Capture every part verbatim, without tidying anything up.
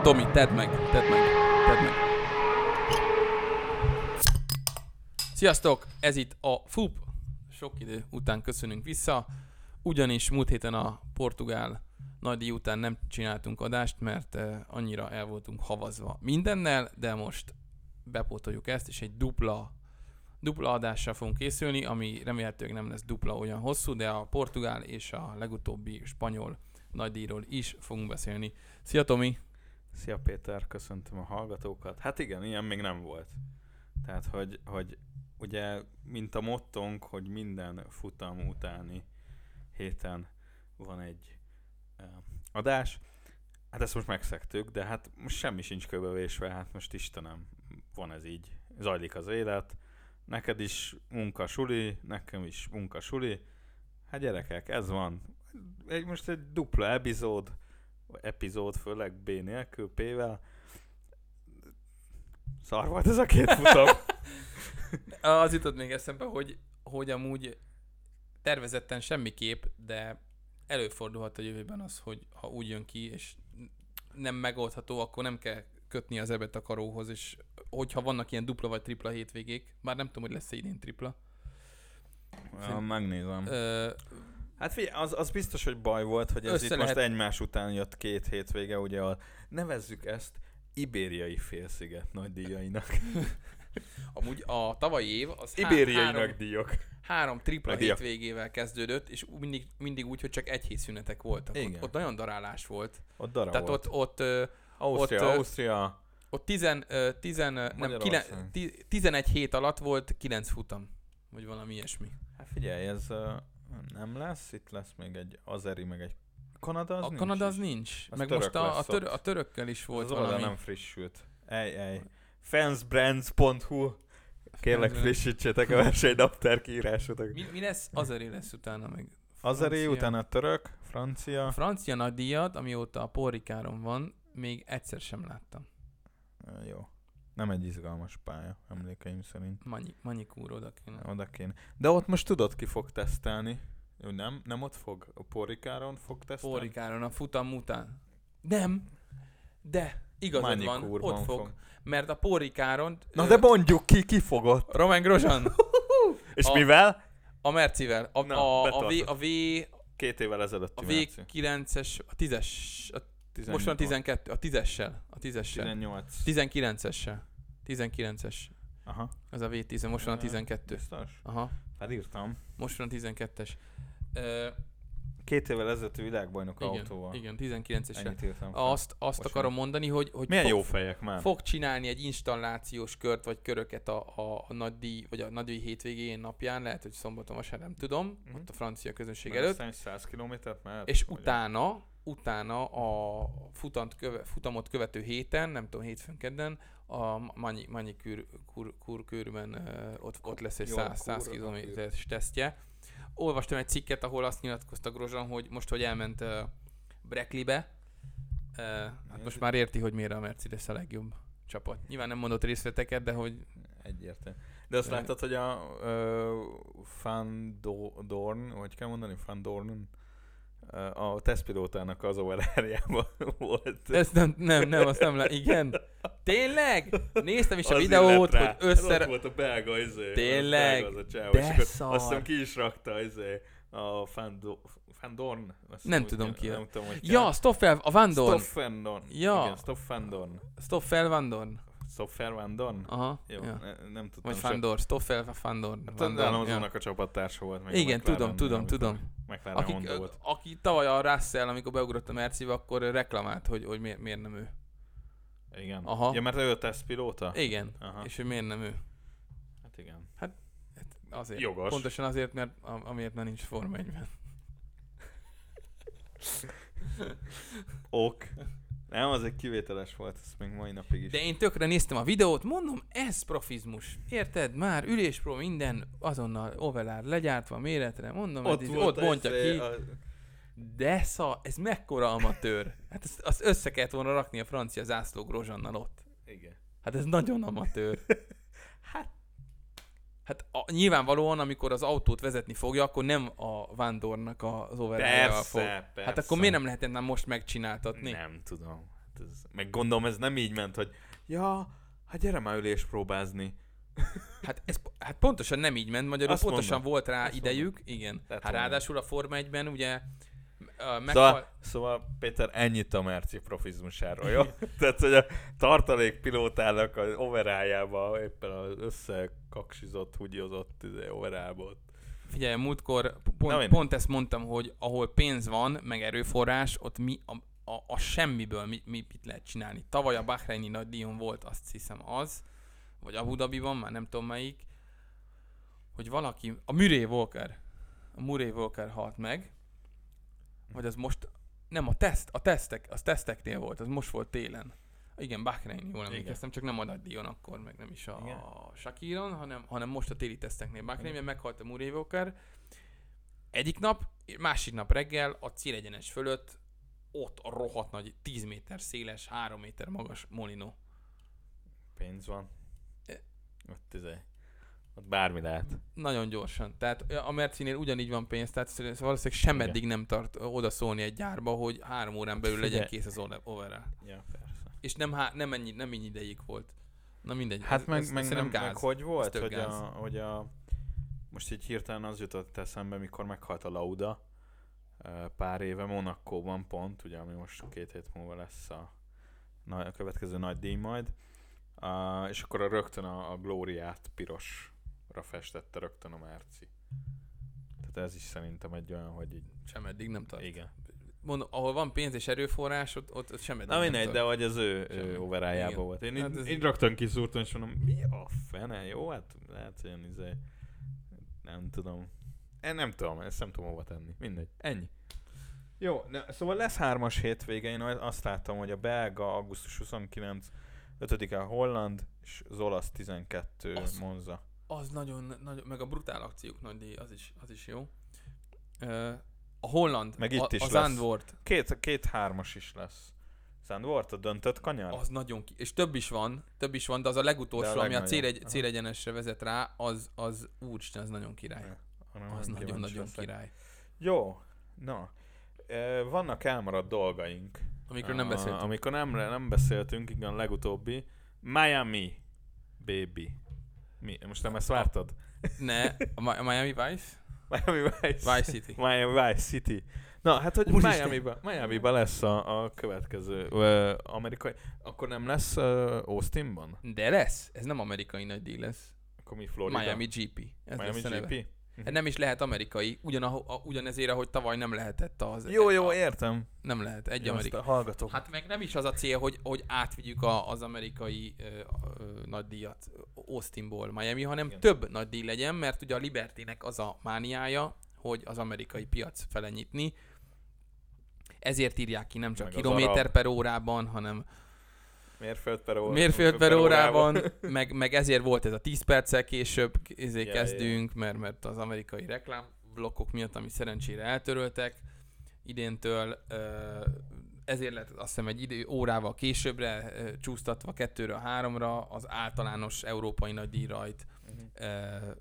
Tomi, tedd meg, tedd meg, tedd meg. Sziasztok, ez itt a ef u pé. Sok idő után köszönünk vissza, ugyanis múlt héten a portugál nagydíj után nem csináltunk adást, mert uh, annyira el voltunk havazva mindennel, de most bepótoljuk ezt, és egy dupla, dupla adással fogunk készülni, ami remélhetőleg nem lesz dupla olyan hosszú, de a portugál és a legutóbbi spanyol nagydíjról is fogunk beszélni. Szia Tomi! Szia Péter, köszöntöm a hallgatókat. Hát igen, ilyen még nem volt. Tehát, hogy, hogy ugye, mint a mottónk, hogy minden futam utáni héten van egy uh, adás. Hát ezt most megszegtük, de hát most semmi sincs köbevésve, hát most Istenem, van ez így. Zajlik az élet. Neked is munka suli, nekem is munka suli. Hát gyerekek, ez van. Egy, most egy dupla epizód, epizód főleg B nélkül, P-vel. Szar volt ez a két futam. Az jutott még eszembe, hogy, hogy amúgy tervezetten semmiképp, de előfordulhat a jövőben az, hogy ha úgy jön ki, és nem megoldható, akkor nem kell kötni az ebet a karóhoz, és hogyha vannak ilyen dupla vagy tripla hétvégék, már nem tudom, hogy lesz-e idén tripla. Ja, megnézem. Ö, hát figyelj, az, az biztos, hogy baj volt, hogy ez itt lehet... most egymás után jött két hétvége, ugye a, nevezzük ezt Ibériai félsziget nagydíjainak. Amúgy a tavalyi év az Ibériai három, nagydíjak. három tripla Nagydíjak. hétvégével kezdődött, és mindig, mindig úgy, hogy csak egy hétszünetek voltak. Ott, ott nagyon darálás volt. Ott dara Tehát volt. ott, ott, ö, Ausztria, ott, Ausztria. Ott tizen, ö, tizen, nem, kilen, ti, tizenegy hét alatt volt kilenc futam. Vagy valami ilyesmi. Hát figyelj, ez uh, nem lesz, itt lesz még egy azeri, meg egy Kanada az A nincs. Kanada az is. nincs. Az Meg most a, a, tör, ott. a törökkel is volt az valami. nem frissült. Ej, ej. fansbrands pont hu Kérlek frissítsétek a versenynaptár kiírásotok. Mi, mi lesz? Azeri lesz utána meg. Azeri, utána török, francia. A francia nagydíjat, amióta a Paul Ricardon van, még egyszer sem láttam. Jó. Nem egy izgalmas pálya, emlékeim szerint. Manyi, Manyikúr oda kéne. Oda kéne. De ott most tudod, ki fog tesztelni. Ő nem? Nem ott fog? A Paul Ricardon fog tesztelni? Paul Ricardon a futam után. Nem. De. Igazad van. Ott fog. fog. Mert a Paul Ricardon... Na ö... de mondjuk ki, ki fog ott? Romain Grosjean. És a, mivel? A Mercivel. A, Na, a, a, v, a V... Két évvel ezelőtti A V kilences, a tízes... A most van a tizenkettő, a tízessel. A tízessel. tizennyolc. tizenkilencessel. tizenkilences. Aha. Az a vé tíz, most van a tizenkettő. Biztos? Aha. Felírtam. Most van a tizenkettes. Uh, Két évvel ezelőtti világbajnok igen, autóval. Igen, tizenkilencessel. Ennyit írtam fel. Azt, azt akarom mondani, hogy, hogy milyen fog, jó fejek már. Fog csinálni egy installációs kört, vagy köröket a, a, a nagydíj, vagy a nagydíj hétvégén napján, lehet, hogy szombaton, vasárnap, nem tudom, mm-hmm. ott a francia közönség már előtt. száz kilométert már. És utána, utána a futant köve, futamot követő héten, nem tudom, hétfőn kedden, a Manyi, Manyi kür, kur, kur, körben uh, ott, ott lesz egy száz kilométeres tesztje. Olvastam egy cikket, ahol azt nyilatkozta Grosjean, hogy most, hogy elment uh, Brackleybe, uh, hát most már érti, hogy miért a Mercedes a legjobb csapat. Nyilván nem mondott részleteket, de hogy... Egyértelmű. De azt de... láttad, hogy a uh, Van Dorn, hogy kell mondani? Van Dorn? A tesztpilótának az overárjában volt. Ezt nem, nem, nem, azt nem lát. Igen. Tényleg? Néztem is a az videót, hogy összer... Ott volt a belga, izé. Tényleg? Az a csáv, de szar. Azt hiszem ki is rakta, izé, a Van, Do- Van Dorn. Nem tudom ki. Nem tudom, hogy ja, Stoffel, a Van Dorn. Stoffel Dorn. Ja. Igen, Stoffel Dorn. Stoffel Van Dorn. Stoffel Van Dorn? Aha. Jó, ja. ne, nem tudtam. Vagy Van Dorn, Stoffel Van Dorn. Hát Alonso-nak a csapattársa volt. Meg igen, tudom, tudom, tudom. Aki, aki tavaly a Russell, amikor beugrott a Mercibe, akkor reklamált, hogy, hogy miért, miért nem ő. Igen. Aha. Ja, mert ő a tesztpilóta? Igen. Aha. És hogy miért nem ő. Hát igen. Hát azért. Jogos. Pontosan azért, mert amiért már nincs Forma egyben. Ok. Nem, az egy kivételes volt, ez még mai napig is. De én tökre néztem a videót, mondom, ez profizmus. Érted? Már üléspro minden azonnal overlár legyártva méretre, mondom, ott, ez, ott bontja ki. A... De szá, ez mekkora amatőr. Hát azt, azt össze kellett volna rakni a francia zászló Grosjeannal ott. Igen. Hát ez nagyon amatőr. hát Hát a, nyilvánvalóan, amikor az autót vezetni fogja, akkor nem a Van Dornnak az overall-jával fog. Persze. Hát akkor miért nem lehetett már most megcsináltatni? Nem tudom. Hát ez, meg gondolom ez nem így ment, hogy ja, hát gyere már ülés próbázni. Hát, ez, hát pontosan nem így ment, magyarul Azt pontosan mondom. volt rá Azt idejük, mondom. igen. Tehát Hát mondom. ráadásul a Forma egyben ugye uh, meghal... Szóval, szóval Péter, ennyit a Merci profizmusáról, jó? Tehát, hogy a tartalékpilótának az overájába éppen az összekaksizott, hugyozott overából. Figyelj, múltkor pont, Na, pont ezt mondtam, hogy ahol pénz van, meg erőforrás, ott mi a, a, a semmiből mi, mi, mit lehet csinálni. Tavaly a Bahreini nagydíjon volt, azt hiszem az, vagy Abu Dhabiban, már nem tudom melyik, hogy valaki, a Murray Walker, a Murray Walker halt meg, vagy az most, nem a teszt, a tesztek, az teszteknél volt, az most volt télen. Igen, Bahrein, jól emlékeztem, csak nem a nagydíjon akkor, meg nem is a, a Shakiron, hanem, hanem most a téli teszteknél. Bahreinben meghalt a Murray Walker. Egyik nap, másik nap reggel a célegyenes fölött ott a rohadt nagy, tíz méter széles, három méter magas Molino. Pénz van. Ott, izé, ott bármi lehet. Nagyon gyorsan. Tehát a Mercinél ugyanígy van pénz, tehát valószínűleg sem Igen. eddig nem tart oda szólni egy gyárba, hogy három órán belül legyen kész az overall. Ja, persze. És nem, há- nem, ennyi, nem ennyi ideig volt. Na mindegy. Hát ez, meg, ez, meg, ez nem, gáz. meg hogy volt, tök hogy a, gáz. hogy a... Most így hirtelen az jutott eszembe, mikor meghalt a Lauda pár éve Monacóban pont, ugye, ami most két hét múlva lesz a, a következő nagy díj majd. Uh, és akkor a rögtön a, a Glóriát pirosra festette rögtön a Merci. Tehát ez is szerintem egy olyan, hogy így... Sem eddig nem tart. Igen. Mondom, ahol van pénz és erőforrás, ott, ott, ott sem eddig Na nem mindegy, tart. de hogy az ő, Semmi. ő overájában Igen. volt. Én Hát így, ez- így rögtön kiszúrtam, és mondom, mi a fene? Jó, hát lehet, hogy ilyen izé... Nem tudom. Én nem tudom, ezt nem tudom hova tenni. Mindegy. Ennyi. Jó, ne, szóval lesz hármas hétvége, én azt láttam, hogy a belga augusztus huszonkilenc, ötödike a holland, és az olasz tizenkettő Az- Monza. Az nagyon, nagyon, meg a brutál akciók nagy díj, az is, az is jó. Uh, a holland, Meg itt a, is az lesz. Zandvoort, Két, két hármas is lesz. Zandvoort a döntött kanyar? az nagyon ki, és több is van, több is van, de az a legutolsó, De a ami a legnagyobb. célegy, Aha. célegyenesre vezet rá, az, az úristen, az nagyon király. Ja, arra Az nagyon kíváncsi nagyon-nagyon leszek. király. Jó, na. E, vannak elmaradt dolgaink. Amikről nem beszéltünk. Amikor nem, nem beszéltünk, igen, a legutóbbi. Miami, baby. Mi? Most nem ezt vártad? Ne, a Mi- a Miami Vice? Miami Vice. Vice City. Miami Vice City. Na, hát hogy Úristen. Miami-ba, Miami-ba lesz a, a következő ö, amerikai. Akkor nem lesz ö, Austinban? De lesz, ez nem amerikai nagy díj lesz. Akkor mi Florida? Miami gé pé. Ez Miami lesz a neve. gé pé? Hát nem is lehet amerikai, ugyan, a, a, ugyanezért, ahogy tavaly nem lehetett az. Jó, jó, a, értem. Nem lehet, egy Jó, amerikai. azt hallgatok. Hát meg nem is az a cél, hogy, hogy átvigyük a, az amerikai ö, ö, nagydíjat Austinból Miami, hanem Igen. több nagydíj legyen, mert ugye a Libertynek az a mániája, hogy az amerikai piac fele nyitni. Ezért írják ki nem csak Meg az kilométer arab. per órában, hanem Mérföld per óra. mérföld per órában, meg, meg ezért volt ez a tíz perccel később ezért Ja, kezdünk, mert, mert az amerikai reklámblokkok miatt, amit szerencsére eltöröltek idéntől, ö, ezért lett azt hiszem egy idő órával későbbre ö, csúsztatva kettőről háromra az általános európai nagydíjrajt, Mhm. ö, ö,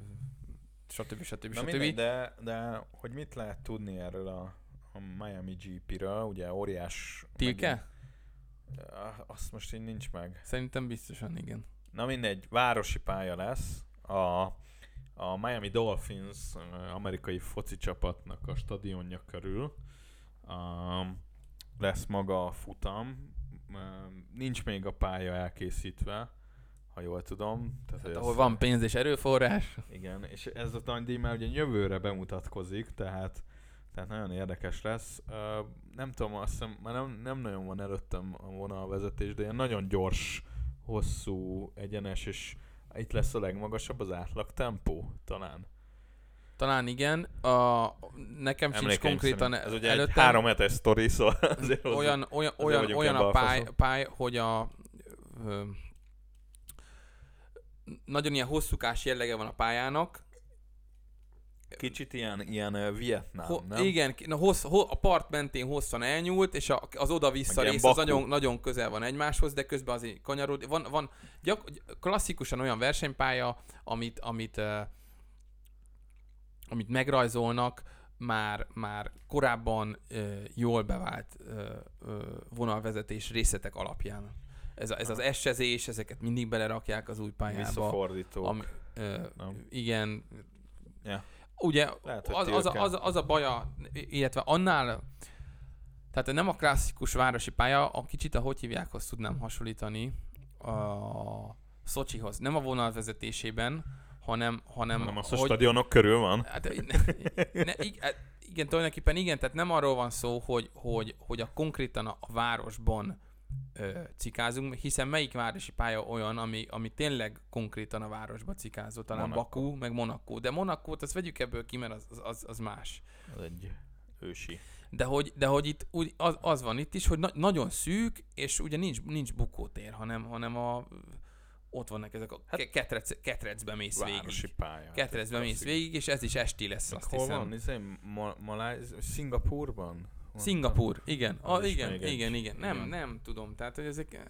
stb. stb. Na stb. mindegy, de, de hogy mit lehet tudni erről a, a Miami gé pé-ről, ugye óriás... Tilke? megint- Ah, azt most így nincs meg. Szerintem biztosan igen. Na mindegy, városi pálya lesz. A, a Miami Dolphins ö, amerikai foci csapatnak a stadionja körül. Um, lesz maga a futam. Um, nincs még a pálya elkészítve, ha jól tudom. Tehát, Hát, ez- ahol van pénz és erőforrás. Igen, és ez a nagydíj már ugye jövőre bemutatkozik, tehát, tehát nagyon érdekes lesz. Uh, nem tudom, azt hiszem, már nem, nem nagyon van előttem a vonalvezetés, de ilyen nagyon gyors, hosszú, egyenes, és itt lesz a legmagasabb az átlag tempó, talán. Talán igen. A, nekem sincs Emlékeim konkrétan szerint. Ez ugye előttem. egy három hetes sztori, szóval azért hozzá- olyan, olyan, azért olyan, vagyunk olyan ebben a a pály, faszon. pály, hogy a ö, nagyon ilyen hosszúkás jellege van a pályának. Kicsit ilyen, ilyen uh, Vietnám, Ho, nem? igen, na, hossz, ho, a part mentén hosszan elnyúlt, és a, az oda-vissza Meg ilyen rész az Baku. nagyon, nagyon közel van egymáshoz, de közben azért kanyarod. Van, van gyak, klasszikusan olyan versenypálya, amit, amit, uh, amit megrajzolnak, már, már korábban ö, jól bevált ö, ö, vonalvezetés részletek alapján. Ez, a, ez az essezés, ezeket mindig belerakják az új pályába. Visszafordítók. Ami, ö, igen. Ja. Ugye Lehet, az, az, a, az, a, az a baja, illetve annál, tehát nem a klasszikus városi pálya, a kicsit a hogy hívjákhoz tudnám hasonlítani a Szocsihoz. Nem a vonalvezetésében, hanem... hanem nem az hogy, a stadionok körül van. Hát, ne, ne, igen, tulajdonképpen igen, tehát nem arról van szó, hogy, hogy, hogy a konkrétan a, a városban ö, cikázunk, hiszen melyik városi pálya olyan, ami, ami tényleg konkrétan a városban cikázó, talán Monaco. Bakú, meg Monaco. De Monacót, azt vegyük ebből ki, mert az, az, az más. Az egy ősi. De hogy, de hogy itt úgy az, az van itt is, hogy na, nagyon szűk, és ugye nincs, nincs bukótér, hanem, hanem a, ott vannak ezek a hát, ketrec, ketrecbe mész végig. Városi pálya. Ketrecbe mész végig, és ez is esti lesz, azt hol hiszem. van? Ez Ma- Malaj- Szingapúrban? Szingapúr, igen. A, igen, igen, igen, igen. Nem, igen. nem tudom. Tehát, hogy ezek...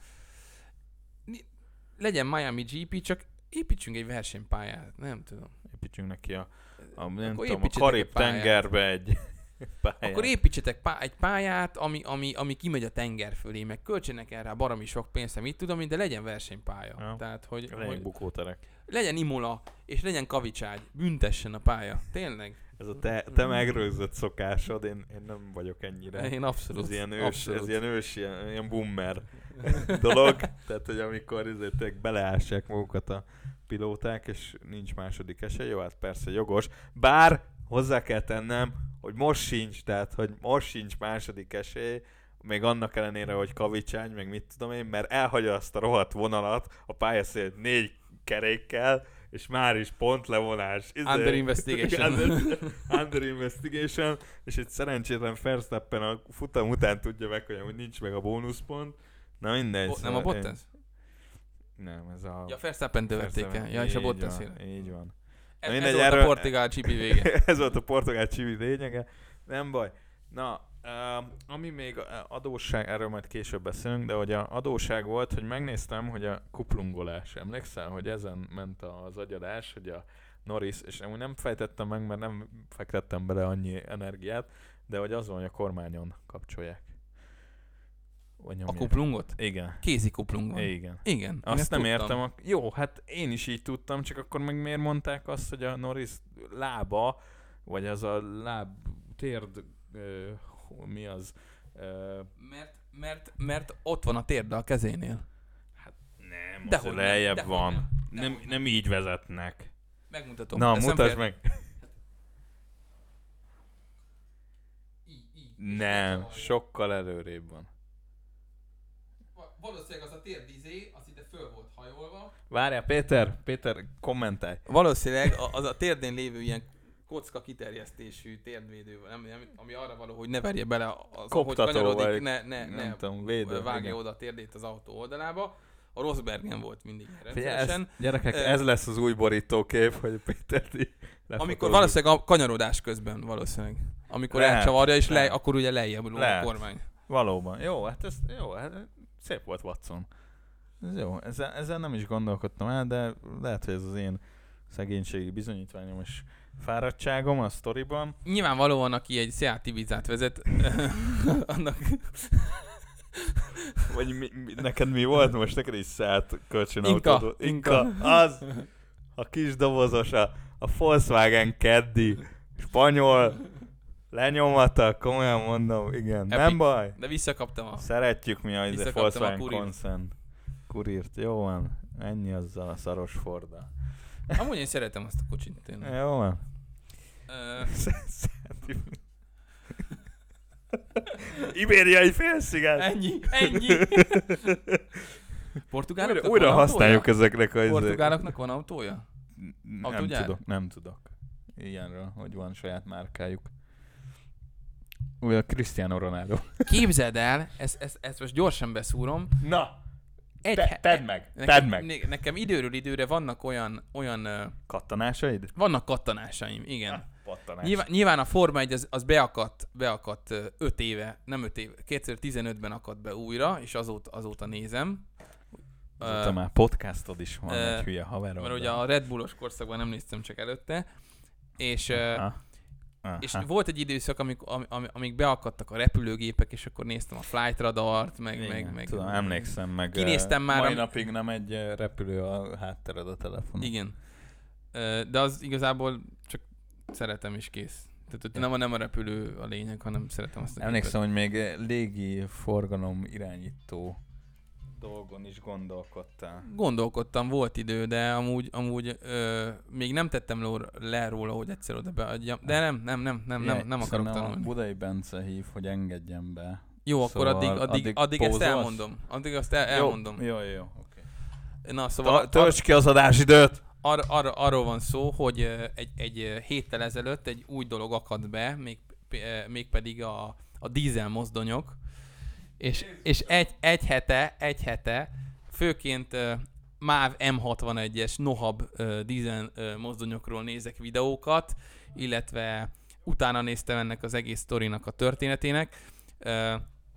Legyen Miami gé pé, csak építsünk egy versenypályát. Nem tudom. Építsünk neki a, a, nem Akkor tudom, a Karib-tengerbe egy pályát. Akkor építsetek pá- egy pályát, ami, ami, ami kimegy a tenger fölé, meg költsenek erre baromi sok pénzt, mit tudom, de legyen versenypálya. Ja. Tehát, hogy, legyen hogy bukóterek. legyen Imola, és legyen Kavicságy. Büntessen a pálya. Tényleg. Ez a te, te megrőzött szokásod, én, én nem vagyok ennyire. Én abszolút. Ez ilyen ős, abszolút. ez ilyen ős, ilyen, ilyen boomer dolog. Tehát, hogy amikor ezért beleássák magukat a pilóták, és nincs második esély, jó, hát persze jogos. Bár hozzá kell tennem, hogy most sincs, tehát, hogy most sincs második esély, még annak ellenére, hogy Kavicsány, meg mit tudom én, mert elhagyja azt a rohadt vonalat a pályaszél négy kerékkel, és már is pont levonás. Under investigation. under, under investigation, és egy szerencsétlen Verstappen a futam után tudja meg, hogy nincs meg a bónuszpont. Na mindegy. Bo- nem a Bottas? Én... Nem, ez a... Ja, Verstappen tövették el. Ja, és a Bottas van, így van. Ez, mindegy, ez volt erről... a portugál csipi vége. Ez volt a portugál csipi lényege. Nem baj. Na, Uh, ami még adósság, erről majd később beszélünk, de hogy a adósság volt, hogy megnéztem, hogy a kuplungolás, emlékszel, hogy ezen ment az agyadás, hogy a Norris, és amúgy nem fejtettem meg, mert nem fektettem bele annyi energiát, de hogy az van, hogy a kormányon kapcsolják. A kuplungot? Igen. Kézi kuplung van. Igen. Igen. Azt nem tudtam. értem. A... Jó, hát én is így tudtam, csak akkor meg miért mondták azt, hogy a Norris lába, vagy az a láb térd, uh, mi az? Uh, mert, mert, mert ott van a térde a kezénél. Hát nem, de az lejjebb nem, van. Nem, nem, nem, nem így vezetnek. Megmutatom. Na, mutasd meg. így, így. Nem, sokkal előrébb van. Valószínűleg az a térdizé, az itt föl volt hajolva. Várjál, Péter, Péter, kommentálj. Valószínűleg az a térdén lévő ilyen kocka kiterjesztésű térdvédő, nem, nem, ami arra való, hogy ne verje bele az, ahogy kanyarodik, ne, ne, ne tudom, védő, vágja igen. oda a térdét az autó oldalába. A Rosbergen volt mindig rendszeresen. Ez, gyerekek, uh, ez lesz az új borítókép, hogy Péter amikor valószínűleg a kanyarodás közben valószínűleg. Amikor lehet, elcsavarja, és le, akkor ugye lejjebb a kormány. Valóban. Jó, hát ez jó, hát szép volt Watson. Ez jó, ezzel, ezzel nem is gondolkodtam el, de lehet, hogy ez az én szegénységi bizonyítványom és fáradtságom a sztoriban. Nyilvánvalóan, aki egy Seat Ibizát vezet, annak... Vagy mi, mi, neked mi volt most? Neked is Seat kölcsönautód? Inka. Inka. Az! A kis dobozos, a, a Volkswagen Caddy, spanyol, lenyomata, komolyan mondom, igen, Epic. Nem baj. De visszakaptam a... Szeretjük mi a, a Volkswagen Consent Couriert. Jó van, ennyi azzal a szaros Forddal. Amúgy én szeretem azt a kocsit, tényleg. Jó van. Uh... Ibériai félsziget. Ennyi, ennyi. Portugáloknak újra, újra használjuk ezeknek a... Portugáloknak van autója? Nem Autógyár? tudok, nem tudok. Ilyenről, hogy van saját márkájuk. Úgy a Cristiano Ronaldo. Képzeld el, ezt, ezt, ezt most gyorsan beszúrom. Na! Egy Te, tedd meg, nekem, tedd meg. Nekem időről időre vannak olyan... olyan kattanásaid? Vannak kattanásaim, igen. Ha, nyilván, nyilván a Forma egy az, az beakadt, beakadt öt éve, nem öt éve, kétezer-tizenötben akadt be újra, és azóta, azóta nézem. Azóta uh, már podcastod is van, uh, egy hülye haverom. Mert ugye a Red Bullos korszakban nem néztem csak előtte. És uh, Aha. És volt egy időszak, amik, am, am, amik beakadtak a repülőgépek, és akkor néztem a Flight Radart, meg... Igen, meg, meg tudom, emlékszem, meg kinéztem már... mai am... napig nem egy repülő a háttered a telefon. Igen. De az igazából csak szeretem is kész. Tehát Ja. nem, a, nem a repülő a lényeg, hanem szeretem azt a Emlékszem, hogy még légi forgalom irányító dolgon is gondolkodtál. Gondolkodtam, volt idő, de amúgy, amúgy ö, még nem tettem ló- le róla, hogy egyszer oda beadjam. De nem, nem, nem, nem, nem, nem akarok tanulni. Budai Bence hív, hogy engedjem be. Jó, akkor Szóval addig, addig, addig addig ezt pózolsz? elmondom. Addig azt el, elmondom. Jó, jó, jó. Okay. Na, szóval Tölts ki az adásidőt! ar, ar, arról van szó, hogy ö, egy, egy ö, héttel ezelőtt egy új dolog akadt be, még, ö, mégpedig a, a dízel mozdonyok. És, és egy, egy hete, egy hete, főként uh, MÁV em hatvanegyes Nohab uh, dízel uh, mozdonyokról nézek videókat, illetve utána néztem ennek az egész sztorinak a történetének. Uh,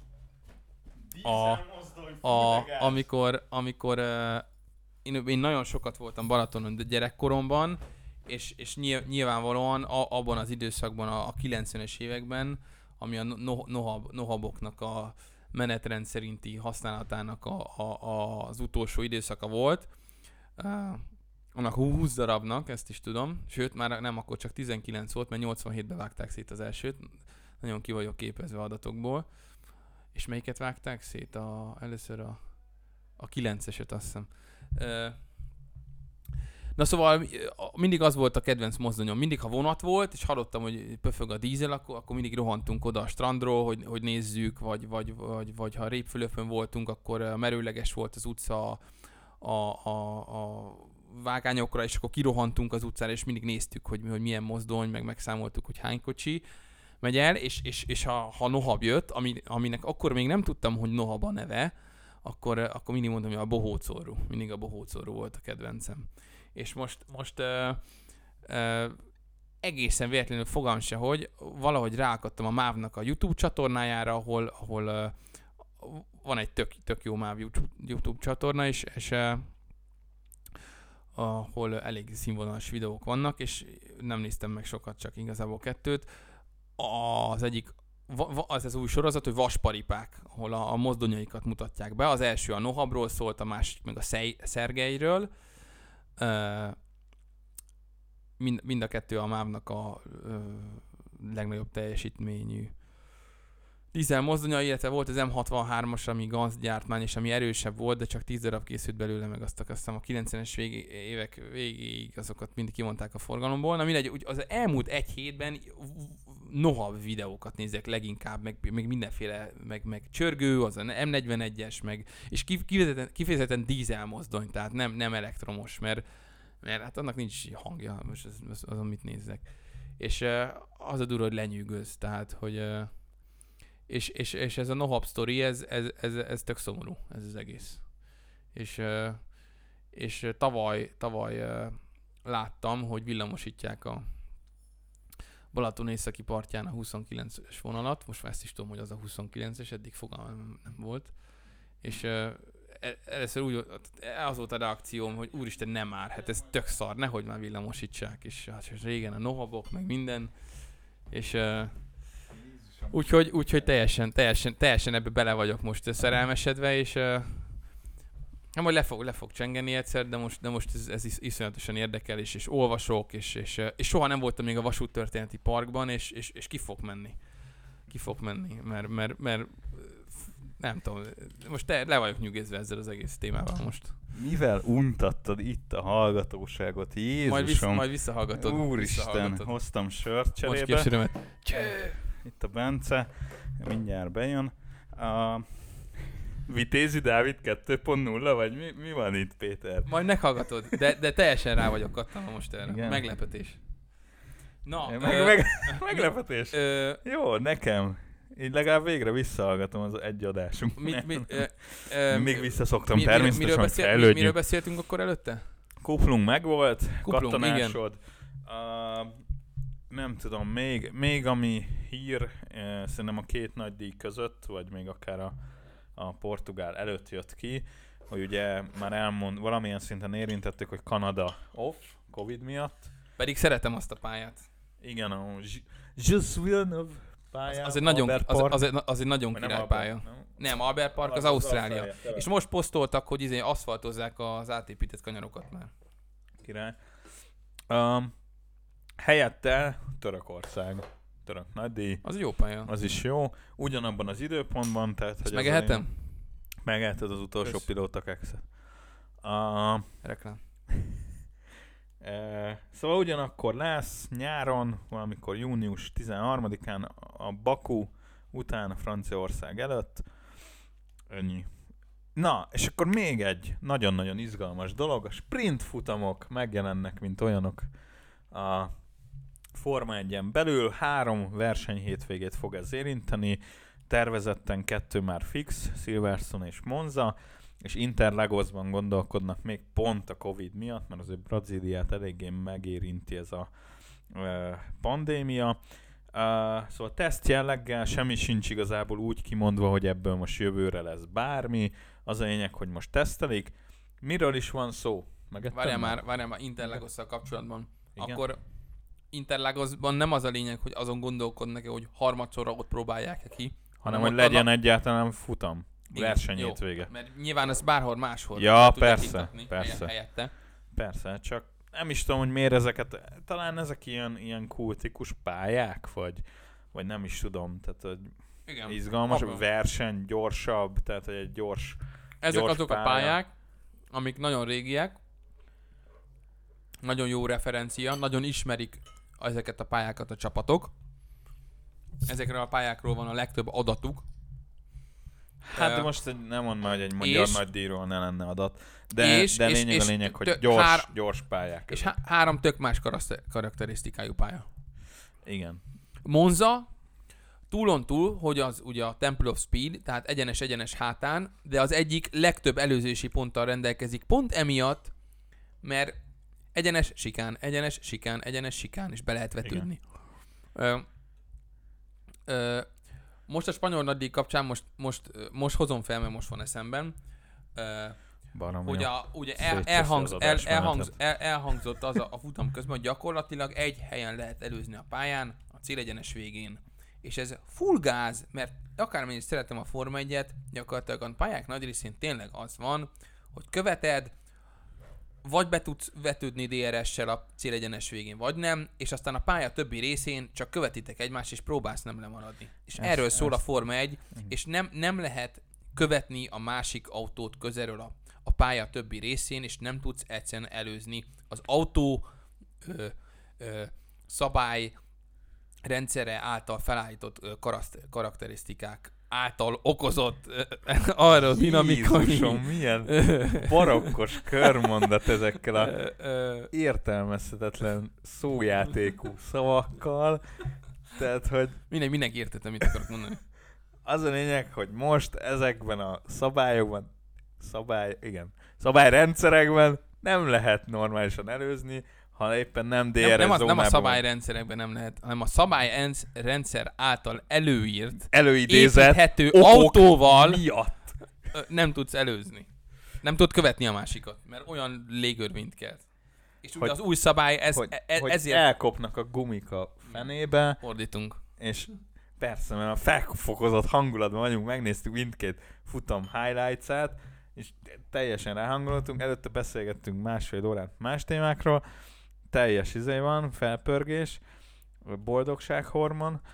a, a, amikor amikor uh, én, én nagyon sokat voltam Balatonon gyerekkoromban, és, és nyilvánvalóan a, abban az időszakban, a, a kilencvenes években, ami a no, nohab, Nohaboknak a menetrend szerinti használatának a, a, a, az utolsó időszaka volt. Uh, annak húsz darabnak, ezt is tudom. Sőt, már nem, akkor csak tizenkilenc volt, mert nyolcvanhétben vágták szét az elsőt. Nagyon ki vagyok képezve adatokból. És melyiket vágták szét? A, először a, a kilenceset, azt hiszem. Uh, Na szóval mindig az volt a kedvenc mozdonyom. Mindig, ha vonat volt, és hallottam, hogy pöfög a dízel, akkor, akkor mindig rohantunk oda a strandról, hogy, hogy nézzük, vagy, vagy, vagy, vagy ha Répfülöpön voltunk, akkor merőleges volt az utca a, a, a, a vágányokra, és akkor kirohantunk az utcára, és mindig néztük, hogy, hogy milyen mozdony, meg megszámoltuk, hogy hány kocsi megy el, és, és, és ha, ha Nohab jött, ami, aminek akkor még nem tudtam, hogy Nohab a neve, akkor, akkor mindig mondtam, hogy a bohócorú. Mindig a bohócorú volt a kedvencem. És most, most uh, uh, egészen véletlenül fogalmam se, hogy valahogy ráakadtam a MÁV-nak a YouTube csatornájára, ahol, ahol uh, van egy tök, tök jó MÁV YouTube csatorna is, és uh, ahol elég színvonalas videók vannak, és nem néztem meg sokat, csak igazából kettőt. Az egyik, az az új sorozat, hogy Vasparipák, ahol a, a mozdonyaikat mutatják be. Az első a Nohabról szólt, a másik meg a Szergeiről. Uh, mind, mind a kettő a MÁV-nak a uh, legnagyobb teljesítményű dízel mozdonya, illetve volt az em hatvanhármas, ami Ganz gyártmány, és ami erősebb volt, de csak tíz darab készült belőle, meg azt aztán a kilencvenes végé, évek végéig azokat mind kimondták a forgalomból. Na mindegy, úgy az elmúlt egy hétben Nohab videókat nézek leginkább, meg, meg mindenféle, meg, meg csörgő, az a em negyvenegyes, meg, és kifejezetten, kifejezetten dízel mozdony, tehát nem, nem elektromos, mert, mert hát annak nincs hangja, most az, az, az amit nézzek. És uh, az a durva, hogy lenyűgöz, tehát, hogy uh, és, és, és ez a Nohab sztori, ez, ez, ez, ez tök szomorú, ez az egész. És, uh, és tavaly, tavaly uh, láttam, hogy villamosítják a Balaton északi partján a huszonkilences vonalat, most már ezt is tudom, hogy az a huszonkilences, eddig fogalmam nem volt. És uh, először úgy, az volt a reakcióm, hogy úristen, nem már, hát ez tök szar, nehogy már villamosítsák, és hát régen a Nohabok, meg minden, és uh, úgyhogy, úgyhogy teljesen, teljesen, teljesen ebbe bele vagyok most szerelmesedve, és uh, hát majd le fog, le fog csengeni egyszer, de most, de most ez, ez iszonyatosan érdekel, és, és olvasok, és, és, és soha nem voltam még a vasúttörténeti parkban, és, és, és ki fog menni. Ki fog menni, mert, mert, mert nem tudom, most te, le vagyok nyugodva ezzel az egész témával most. Mivel untattad itt a hallgatóságot, Jézusom? Majd, vissza, majd visszahallgatod. Úristen, visszahallgatod. Hoztam sört cserébe. Most ki a sörömet. Itt a Bence, mindjárt bejön. A Vitézi Dávid kettő pont nulla, vagy mi, mi van itt, Péter? Majd meghallgatod, de, de teljesen rá vagyok kattanva most erre. Igen. Meglepetés. Na, meg, ö, meg, meglepetés. Ö, Jó, nekem. Így legalább végre visszahallgatom az egy adásunk. Mit, mit, ö, ö, Még visszaszoktam mi, természetesen, miről, hogy beszél, fejlődjünk. miről beszéltünk akkor előtte? Kuplung megvolt, Kuplung, kattanásod. Uh, nem tudom, még, még ami hír, eh, szerintem a két nagy díj között, vagy még akár a, a portugál előtt jött ki, hogy ugye már elmond, valamilyen szinten érintettük, hogy Kanada off, Covid miatt. Pedig szeretem azt a pályát. Igen, a Jules Villeneuve pálya. Az, az, egy nagyon, az, az, egy, az egy nagyon Vagy király pálya. Nem, nem. nem, Albert Park az, az Ausztrália. Ausztrália. És most posztoltak, hogy izé aszfaltozzák az átépített kanyarokat már. Király. Um, helyette Törökország. Török nagydíj. Az jó pálya. Az is jó. Ugyanabban az időpontban, tehát... Ezt megehetem? Én... Megeheted az utolsó Kösz. Pilóta kekszet. Uh, Reklám. e, szóval ugyanakkor lesz nyáron, valamikor június tizenharmadikán a Baku után a Franciaország előtt. Ennyi. Na, és akkor még egy nagyon-nagyon izgalmas dolog. A sprint futamok megjelennek, mint olyanok a Forma egyen belül. Három verseny hétvégét fog ez érinteni. Tervezetten kettő már fix, Silverstone és Monza, és Interlagosban gondolkodnak még pont a Covid miatt, mert azért Brazíliát eléggé megérinti ez a uh, pandémia. Uh, szóval teszt jelleggel, semmi sincs igazából úgy kimondva, hogy ebből most jövőre lesz bármi. Az a lényeg, hogy most tesztelik. Miről is van szó? Várjál már, várjál már Interlagosszal kapcsolatban. Igen? Akkor Interlagosban nem az a lényeg, hogy azon gondolkodnak, hogy harmadszorra ott próbálják ki, hanem hogy legyen annak... egyáltalán futam. Versenyét vége. Mert nyilván ez bárhol máshol. Ja, persze, persze. Helyette. Persze, csak nem is tudom, hogy miért ezeket, talán ezek ilyen, ilyen kultikus pályák, vagy, vagy nem is tudom, tehát hogy igen, izgalmas, abban. Verseny, gyorsabb, tehát hogy egy gyors Ezek gyors azok pálya. A pályák, amik nagyon régiek, nagyon jó referencia, nagyon ismerik ezeket a pályákat a csapatok. Ezekről a pályákról van a legtöbb adatuk. Hát de most nem mondd már, hogy egy magyar nagydíjról ne lenne adat, de, és, de lényeg és, a lényeg, hogy gyors, hár, gyors pályák. És há- három tök más karakterisztikájú pálya. Igen. Monza túlon túl, hogy az ugye a Temple of Speed, tehát egyenes-egyenes hátán, de az egyik legtöbb előzési ponttal rendelkezik pont emiatt, mert egyenes sikán, egyenes sikán, egyenes sikán, és be lehet vetődni. Ö, ö, most a spanyol nagydíj kapcsán most, most, most hozom fel, mert most van eszemben, ö, hogy a, ugye el, elhangz, el, elhangz, el, elhangzott az a, a futam közben, hogy gyakorlatilag egy helyen lehet előzni a pályán, a célegyenes végén. És ez full gáz, mert akármennyi is szeretem a Forma egyet, gyakorlatilag a pályák nagy részén tényleg az van, hogy követed, vagy be tudsz vetődni dé er es-sel a célegyenes végén, vagy nem, és aztán a pálya többi részén csak követitek egymást, és próbálsz nem lemaradni. És ez, erről szól ez. A Forma egy, és nem, nem lehet követni a másik autót közelről a, a pálya többi részén, és nem tudsz egyszerűen előzni az autó ö, ö, szabály rendszere által felállított ö, karaszt, karakterisztikák által okozott ö, arra dinamikai... Jézusom, milyen barokkos körmondat ezekkel a értelmezhetetlen szójátékú szavakkal. Tehát, hogy... Mindenki, mindenki értette, mit akarok mondani. Az a lényeg, hogy most ezekben a szabályokban, szabály, igen, szabályrendszerekben nem lehet normálisan előzni, ha éppen nem dé er es nem, nem, zónában. Nem a szabályrendszerekben nem lehet, hanem a szabályrendszer által előírt, előidézett építhető autóval miatt nem tudsz előzni. Nem tudod követni a másikat, mert olyan légörvényt kelt. És ugye az új szabály, ez, hogy, e, hogy ezért... elkopnak a gumika fenébe. Fordítunk. És persze, mert a felfokozott hangulatban vagyunk, megnéztük mindkét futam highlights-át, és teljesen ráhangoltunk, előtte beszélgettünk másfél órát más témákról, teljes izé van, felpörgés, boldogsághormon.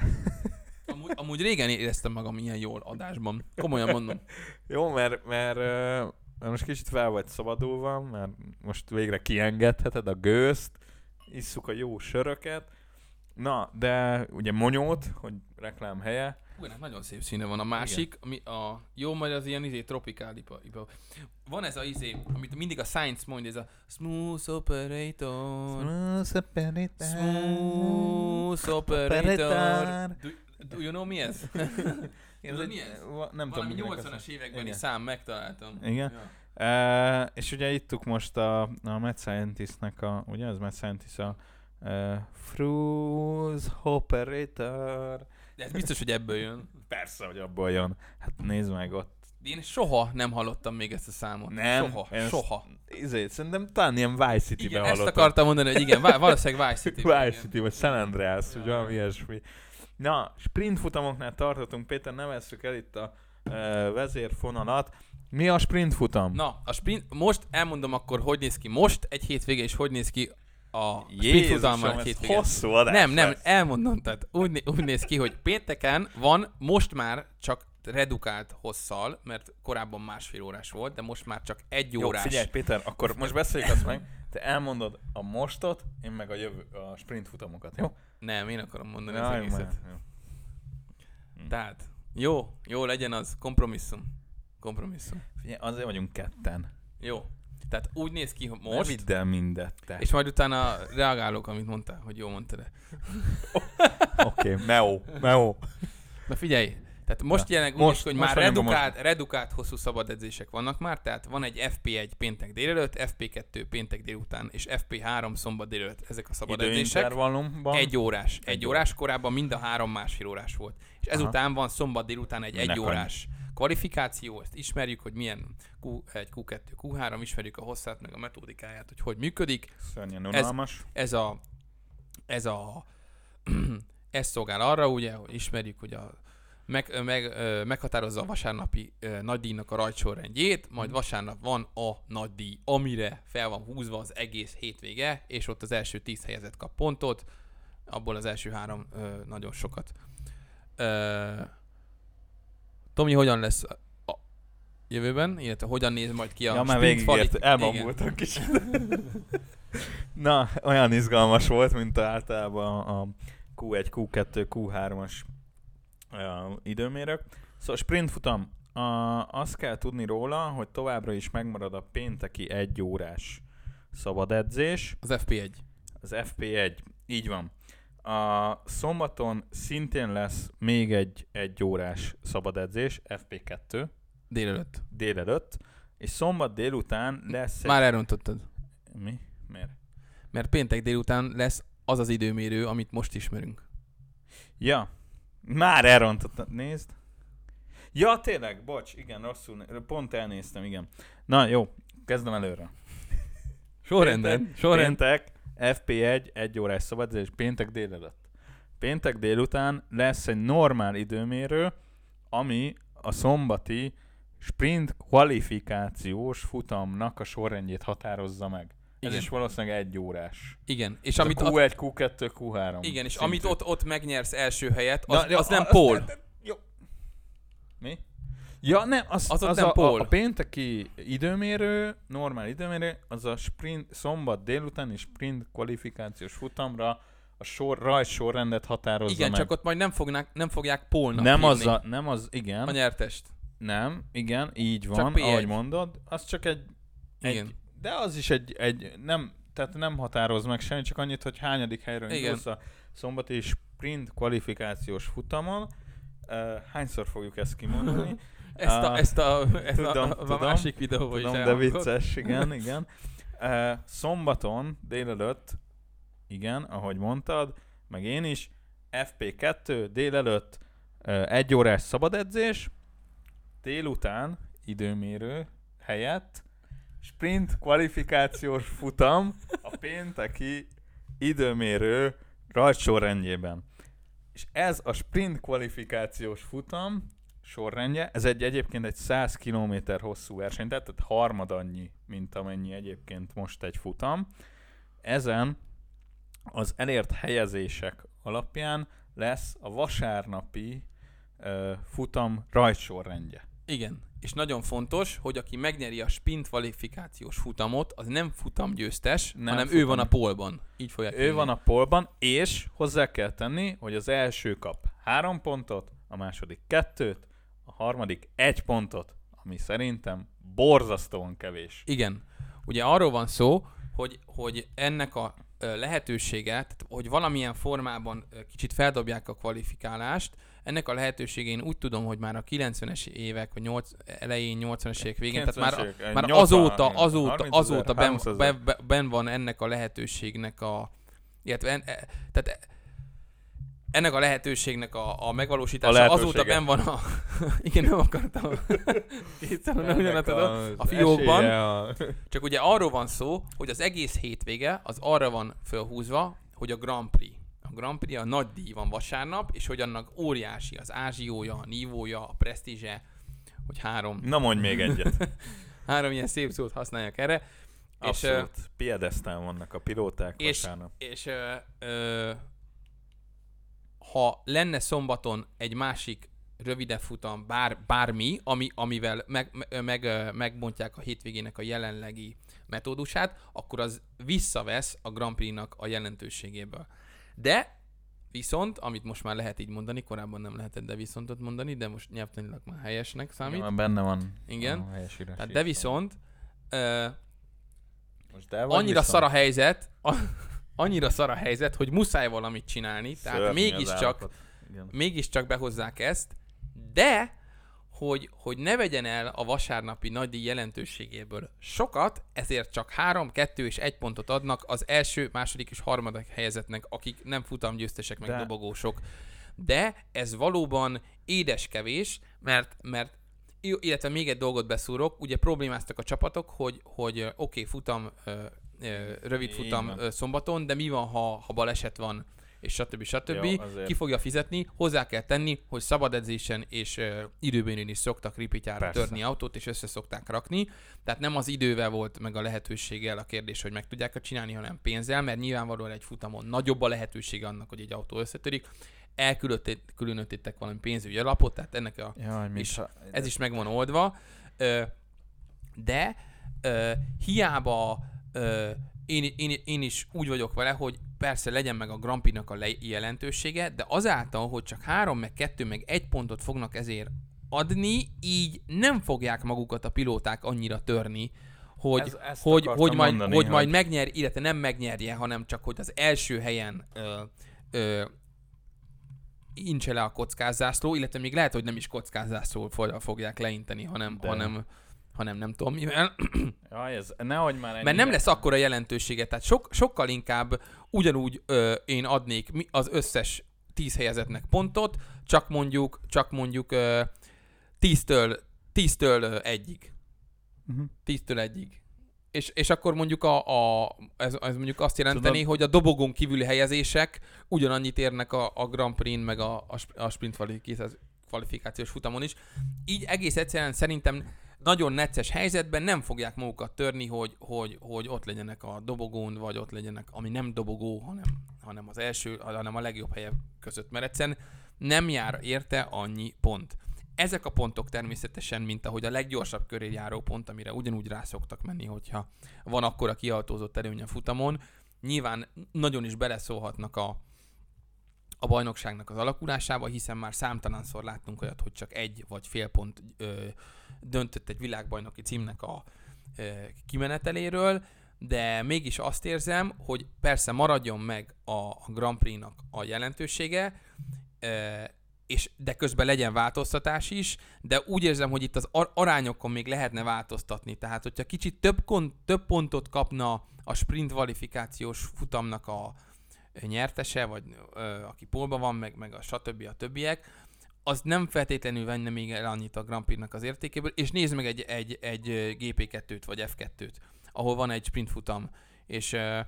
Amúgy, amúgy régen éreztem magam ilyen jól adásban, komolyan mondom. Jó, mert, mert, mert most kicsit fel vagy szabadulva, mert most végre kiengedheted a gőzt, isszuk a jó söröket. Na, de ugye Monyót, hogy reklám helye. Ugyan, nagyon szép színe van. A másik, ami a jó, majd az ilyen izé tropikál ipa, ipa. Van ez a izé, amit mindig a Science mondja, ez a smooth operator. Smooth operator. Smooth operator. Do, do you know mi ez? Tudod mi ez? Nem valami tudom. nyolcvanas évekbeni szám, megtaláltam. Igen. Ja. Uh, és ugye ittuk most a, a Mad Scientist-nek a, ugye az Mad Scientist a uh, Smooth operator. De ez biztos, hogy ebből jön. Persze, hogy abból jön. Hát nézd meg, ott Én soha nem hallottam még ezt a számot. Nem. Soha. Ezt, soha. Ezért, szerintem talán ilyen Vice City-ben Igen, hallottam. ezt akartam mondani, hogy igen, valószínűleg Vice City. Vice City, vagy San Andreas, vagy valami ilyesmi. Na, sprint futamoknál tartottunk, Péter, nevezzük el itt a uh, vezérfonalat. Mi a sprint futam? Na, a sprint, most elmondom akkor, hogy néz ki most egy hétvége, és hogy néz ki a sprint Jézusom, futammal egy ez hétvége. hosszú adás Nem, nem, lesz. elmondom, tehát úgy, né- úgy néz ki, hogy pénteken van, most már csak redukált hosszal, mert korábban másfél órás volt, de most már csak egy órás. Jó, figyelj Péter, akkor most beszéljük azt meg, te elmondod a mostot, én meg a, jövő, a sprint futamokat, jó? Nem, én akarom mondani az Jaj, egészet. már, jó. Tehát, jó, jó legyen az, kompromisszum. Kompromisszum. Figyelj, azért vagyunk ketten. Jó. Tehát úgy néz ki, hogy Most. most, Ne vidd el mindet, te. és majd utána reagálok, amit mondtál, hogy jó mondtad-e. Oké, okay, meó, meó. Na figyelj, tehát most Na, jelenleg úgy most- néz ki, hogy most már vagyunk a redukált, redukált hosszú szabad edzések vannak már, tehát van egy ef pé egy péntek délelőtt, ef pé kettő péntek délután, és ef pé három szombat délelőtt. Ezek a szabad edzések. Időintervallumban. Egy órás. Egy, Egy órás, korábban mind a három másfél órás volt. És ezután van szombat délután egy Minek egy órás kvalifikáció, ezt ismerjük, hogy milyen kú egy, kú kettő, kú három, ismerjük a hosszát, meg a metódikáját, hogy hogy működik. Szörnyen unalmas. Ez a, ez a, ez szolgál arra, ugye, hogy ismerjük, hogy a meg, meg, ö, meghatározza a vasárnapi ö, nagydíjnak a rajtsorrendjét, majd vasárnap van a nagydíj, amire fel van húzva az egész hétvége, és ott az első tíz helyezett kap pontot, abból az első három ö, nagyon sokat. Ö, Tomi, hogyan lesz a jövőben, illetve hogyan néz majd ki a Ja, már sprint végigért, kvali- elbambultam kicsit. Na, olyan izgalmas volt, mint általában a kú egy, kú kettő, kú hármas uh, időmérők. Szóval sprint futam. Uh, azt kell tudni róla, hogy továbbra is megmarad a pénteki egy órás szabad edzés. Az ef pé egy. Az ef pé egy, így van. A szombaton szintén lesz még egy egy órás szabad edzés, ef pé kettő, Délelőtt. délelőtt, és szombat délután lesz egy... Már elrontottad. Mi? Miért? Mert péntek délután lesz az az időmérő, amit most ismerünk. Ja, már elrontottam, nézd. Ja, tényleg, bocs, igen, rosszul, pont elnéztem, igen. Na jó, kezdem előre. Sorrenden. Péntek, Sorrend. péntek, ef pé egy, egy órás szabadedzés, péntek délelőtt. Péntek délután lesz egy normál időmérő, ami a szombati sprint kvalifikációs futamnak a sorrendjét határozza meg. Ez Igen. is valószínűleg egy órás. Igen. És Ez amit a kú egy, kú kettő, kú három. igen, és szintű. amit ott, ott megnyersz első helyet, az, Na, jó, az nem azt- pole. Jó. Mi? Ja, nem, az, Az ott az nem a, pole. a, a pénteki időmérő, normál időmérő, az a sprint, szombat délutáni sprint kvalifikációs futamra a sor, rajt sorrendet határozza Igen, meg. csak ott majd nem, fognák, nem fogják pólnak nem hívni az, a, nem az, igen, a nyertest. nem, igen, így Csak van, pé egy. ahogy mondod, az csak egy, Igen. egy de az is egy, egy nem, tehát nem határoz meg semmi, csak annyit, hogy hányadik helyről Igen. indulsz a szombati sprint kvalifikációs futamon. Uh, hányszor fogjuk ezt kimondani? Ezt a, Ah, ezt a, ezt tudom, a, a tudom, másik videóban is Tudom, de elhangzott. vicces, igen, igen. Uh, szombaton délelőtt, igen, ahogy mondtad, meg én is, ef pé kettő délelőtt uh, egy órás szabadedzés, délután időmérő helyett sprint kvalifikációs futam a pénteki időmérő rajtsorrendjében. És ez a sprint kvalifikációs futam sorrendje, ez egy egyébként egy száz kilométer hosszú verseny, tehát harmad annyi, mint amennyi egyébként most egy futam. Ezen az elért helyezések alapján lesz a vasárnapi uh, futam rajtsorrendje. Igen, és nagyon fontos, hogy aki megnyeri a sprint kvalifikációs futamot, az nem futamgyőztes, Nem hanem futam. ő van a pólban. Így fogják Ő hívni. van a polban, és hozzá kell tenni, hogy az első kap három pontot, a második kettőt, a harmadik egy pontot, ami szerintem borzasztóan kevés. Igen. Ugye arról van szó, hogy, hogy ennek a ö, lehetősége, tehát, hogy valamilyen formában ö, kicsit feldobják a kvalifikálást, ennek a lehetőségén úgy tudom, hogy már a kilencvenes évek, vagy nyolc, elején, nyolcvanas évek végén, tehát már, évek, már nyolcvan, azóta, igen, azóta, harmincezer, azóta ben, háromszázezer. ben, ben van ennek a lehetőségnek a, illetve en, e, tehát e, ennek a lehetőségnek a, a megvalósítása a azóta benn van a... Igen, nem akartam. Kétszer nem ugyanat a, a fiókban. A... Csak ugye arról van szó, hogy az egész hétvége az arra van fölhúzva, hogy a Grand Prix. A Grand Prix, a nagy díj van vasárnap, és hogy annak óriási az ázsiója, a nívója, a presztízse, hogy három... Na mondj még egyet. három ilyen szép szót használják erre. Abszolút. És, piedesztán vannak a pilóták és, vasárnap. És ö, ö, ha lenne szombaton egy másik rövidebb futam, bár, bármi, ami, amivel meg, meg, megbontják a hétvégének a jelenlegi metódusát, akkor az visszavesz a Grand Prix-nak a jelentőségéből. De viszont, amit most már lehet így mondani, korábban nem lehetett de viszontot mondani, de most nyelvtanilag már helyesnek számít. Ja, benne van. Igen. A helyes írás. Tehát de viszont ö, most de annyira viszont? szar a helyzet, a, annyira szar a helyzet, hogy muszáj valamit csinálni, tehát Szörnyű mégiscsak, mégiscsak behozzák ezt, de hogy, hogy ne vegyen el a vasárnapi nagydíj jelentőségéből sokat, ezért csak három, kettő és egy pontot adnak az első, második és harmadik helyezetnek, akik nem futamgyőztesek meg de... dobogósok. De ez valóban édes kevés, mert, mert illetve még egy dolgot beszúrok, ugye problémáztak a csapatok, hogy, hogy oké, okay, futam, rövid futam szombaton, de mi van, ha, ha baleset van, és stb. stb. Jó, ki fogja fizetni, hozzá kell tenni, hogy szabad edzésen és uh, időben is szoktak ripityára törni autót, és össze szokták rakni. Tehát nem az idővel volt meg a lehetőséggel a kérdés, hogy meg tudják csinálni, hanem pénzzel, mert nyilvánvalóan egy futamon nagyobb a lehetősége annak, hogy egy autó összetörik. Elkülönítettek valami pénzügyi alapot, tehát ennek a, Jaj, is, ha... ez is meg van oldva. Uh, de uh, hiába uh, Én, én, én is úgy vagyok vele, hogy persze legyen meg a Grand Prix-nak a jelentősége, de azáltal, hogy csak három, meg kettő, meg egy pontot fognak ezért adni, így nem fogják magukat a pilóták annyira törni, hogy, ez, hogy, hogy, majd, mondani, hogy majd megnyer, illetve nem megnyerje, hanem csak, hogy az első helyen ö, ö, incse le a kockázászló, illetve még lehet, hogy nem is kockázászló fogják leinteni, hanem... hanem hanem nem tudom mivel. Jaj, ez nehogy már Mert nem lesz akkora jelentősége, tehát sok, sokkal inkább ugyanúgy ö, én adnék az összes tíz helyezetnek pontot, csak mondjuk, csak mondjuk ö, tíztől, tíztől egyig. Uh-huh. tíztől egyig. És, és akkor mondjuk a, a, ez, ez mondjuk azt jelenteni, Tudom. hogy a dobogón kívüli helyezések ugyanannyit érnek a, a Grand Prix-n, meg a, a sprint kvalifikációs futamon is. Így egész egyszerűen szerintem nagyon necces helyzetben nem fogják magukat törni, hogy, hogy, hogy ott legyenek a dobogón, vagy ott legyenek, ami nem dobogó, hanem, hanem az első, hanem a legjobb helye között, mert egyszerűen nem jár érte annyi pont. Ezek a pontok természetesen, mint ahogy a leggyorsabb köré járó pont, amire ugyanúgy rá szoktak menni, hogyha van akkora kiautózott előny a futamon, nyilván nagyon is beleszólhatnak a a bajnokságnak az alakulásába, hiszen már számtalanszor láttunk olyat, hogy csak egy vagy fél pont ö, döntött egy világbajnoki címnek a ö, kimeneteléről, de mégis azt érzem, hogy persze maradjon meg a, a Grand Prix-nak a jelentősége, ö, és de közben legyen változtatás is, de úgy érzem, hogy itt az ar- arányokon még lehetne változtatni. Tehát, hogyha kicsit több, kon- több pontot kapna a sprint kvalifikációs futamnak a nyertese, vagy ö, aki pólban van, meg, meg a stb. A többiek, az nem feltétlenül venne még el annyit a Grand Prix-nak az értékéből, és nézd meg egy, egy, egy gé pé kettőt, vagy ef kettőt, ahol van egy sprint futam, és, ö,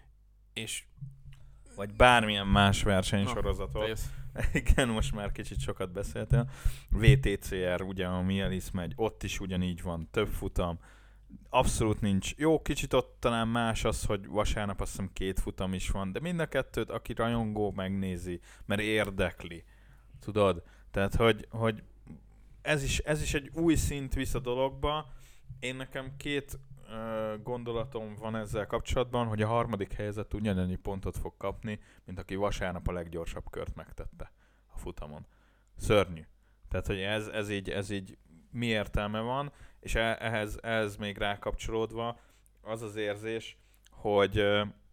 és vagy bármilyen más versenysorozatot. No, igen, most már kicsit sokat beszéltél. vé té cé er, ugye, a Mielis megy, ott is ugyanígy van, több futam. Abszolút nincs. Jó, kicsit ott talán más az, hogy vasárnap azt hiszem két futam is van, de mind a kettőt, aki rajongó, megnézi, mert érdekli. Tudod? Tehát, hogy, hogy ez, is, ez is egy új szint visz a dologba. Én nekem két uh, gondolatom van ezzel kapcsolatban, hogy a harmadik helyzet ugyanannyi pontot fog kapni, mint aki vasárnap a leggyorsabb kört megtette a futamon. Szörnyű. Tehát, hogy ez, ez, így, ez így mi értelme van, és ehhez, ehhez még rákapcsolódva az az érzés, hogy,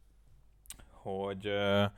hogy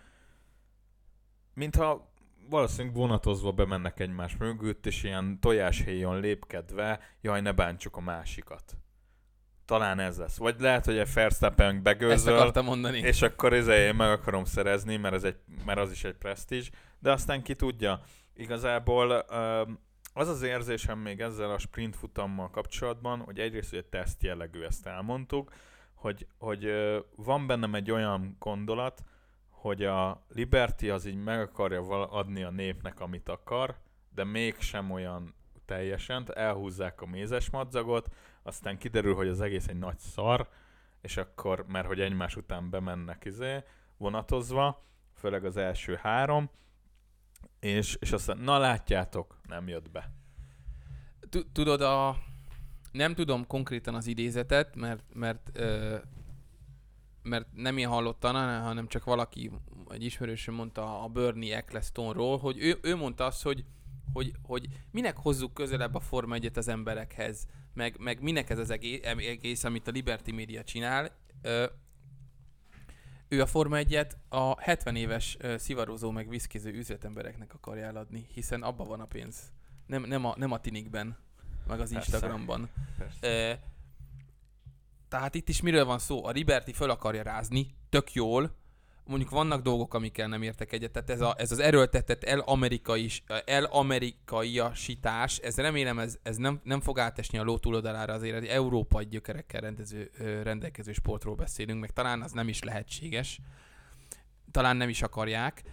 mintha valószínűleg vonatozva bemennek egymás mögött, és ilyen tojáshéjon lépkedve, jaj, ne bántsuk a másikat. talán ez lesz. Vagy lehet, hogy egy Verstappen begőzöl, ezt akartam mondani. és akkor ezzel én meg akarom szerezni, mert, ez egy, mert az is egy presztízs, de aztán ki tudja. Igazából az az érzésem még ezzel a sprint futammal kapcsolatban, hogy egyrészt, hogy egy teszt jellegű, ezt elmondtuk, hogy, hogy van bennem egy olyan gondolat, hogy a Liberty az így meg akarja adni a népnek, amit akar, de mégsem olyan teljesen, elhúzzák a mézes madzagot, aztán kiderül, hogy az egész egy nagy szar, és akkor, mert hogy egymás után bemennek izé, vonatozva, főleg az első három, és, és aztán, na látjátok, nem jött be. Tudod, a... nem tudom konkrétan az idézetet, mert, mert, ö, mert nem én hallottam, hanem csak valaki, egy ismerősöm mondta a Bernie Ecclestonról, hogy ő, ő mondta azt, hogy, hogy, hogy minek hozzuk közelebb a Forma egyet az emberekhez, meg, meg minek ez az egész, egész, amit a Liberty Media csinál. Ö, ő a Forma egyet a hetven éves ö, szivarozó meg viszkiző üzletembereknek akarja eladni, hiszen abban van a pénz. Nem, nem, a, nem a tinikben, meg az Persze. Instagramban. Persze. E, tehát itt is miről van szó? A Liberty föl akarja rázni, tök jól. Mondjuk vannak dolgok, amikkel nem értek egyet. Tehát ez, a, ez az erőltetett el-amerikai, el-amerikaiasítás, ez remélem ez, ez nem, nem fog átesni a ló túloldalára, azért egy európai gyökerekkel rendező, rendelkező sportról beszélünk, meg talán az nem is lehetséges. Talán nem is akarják.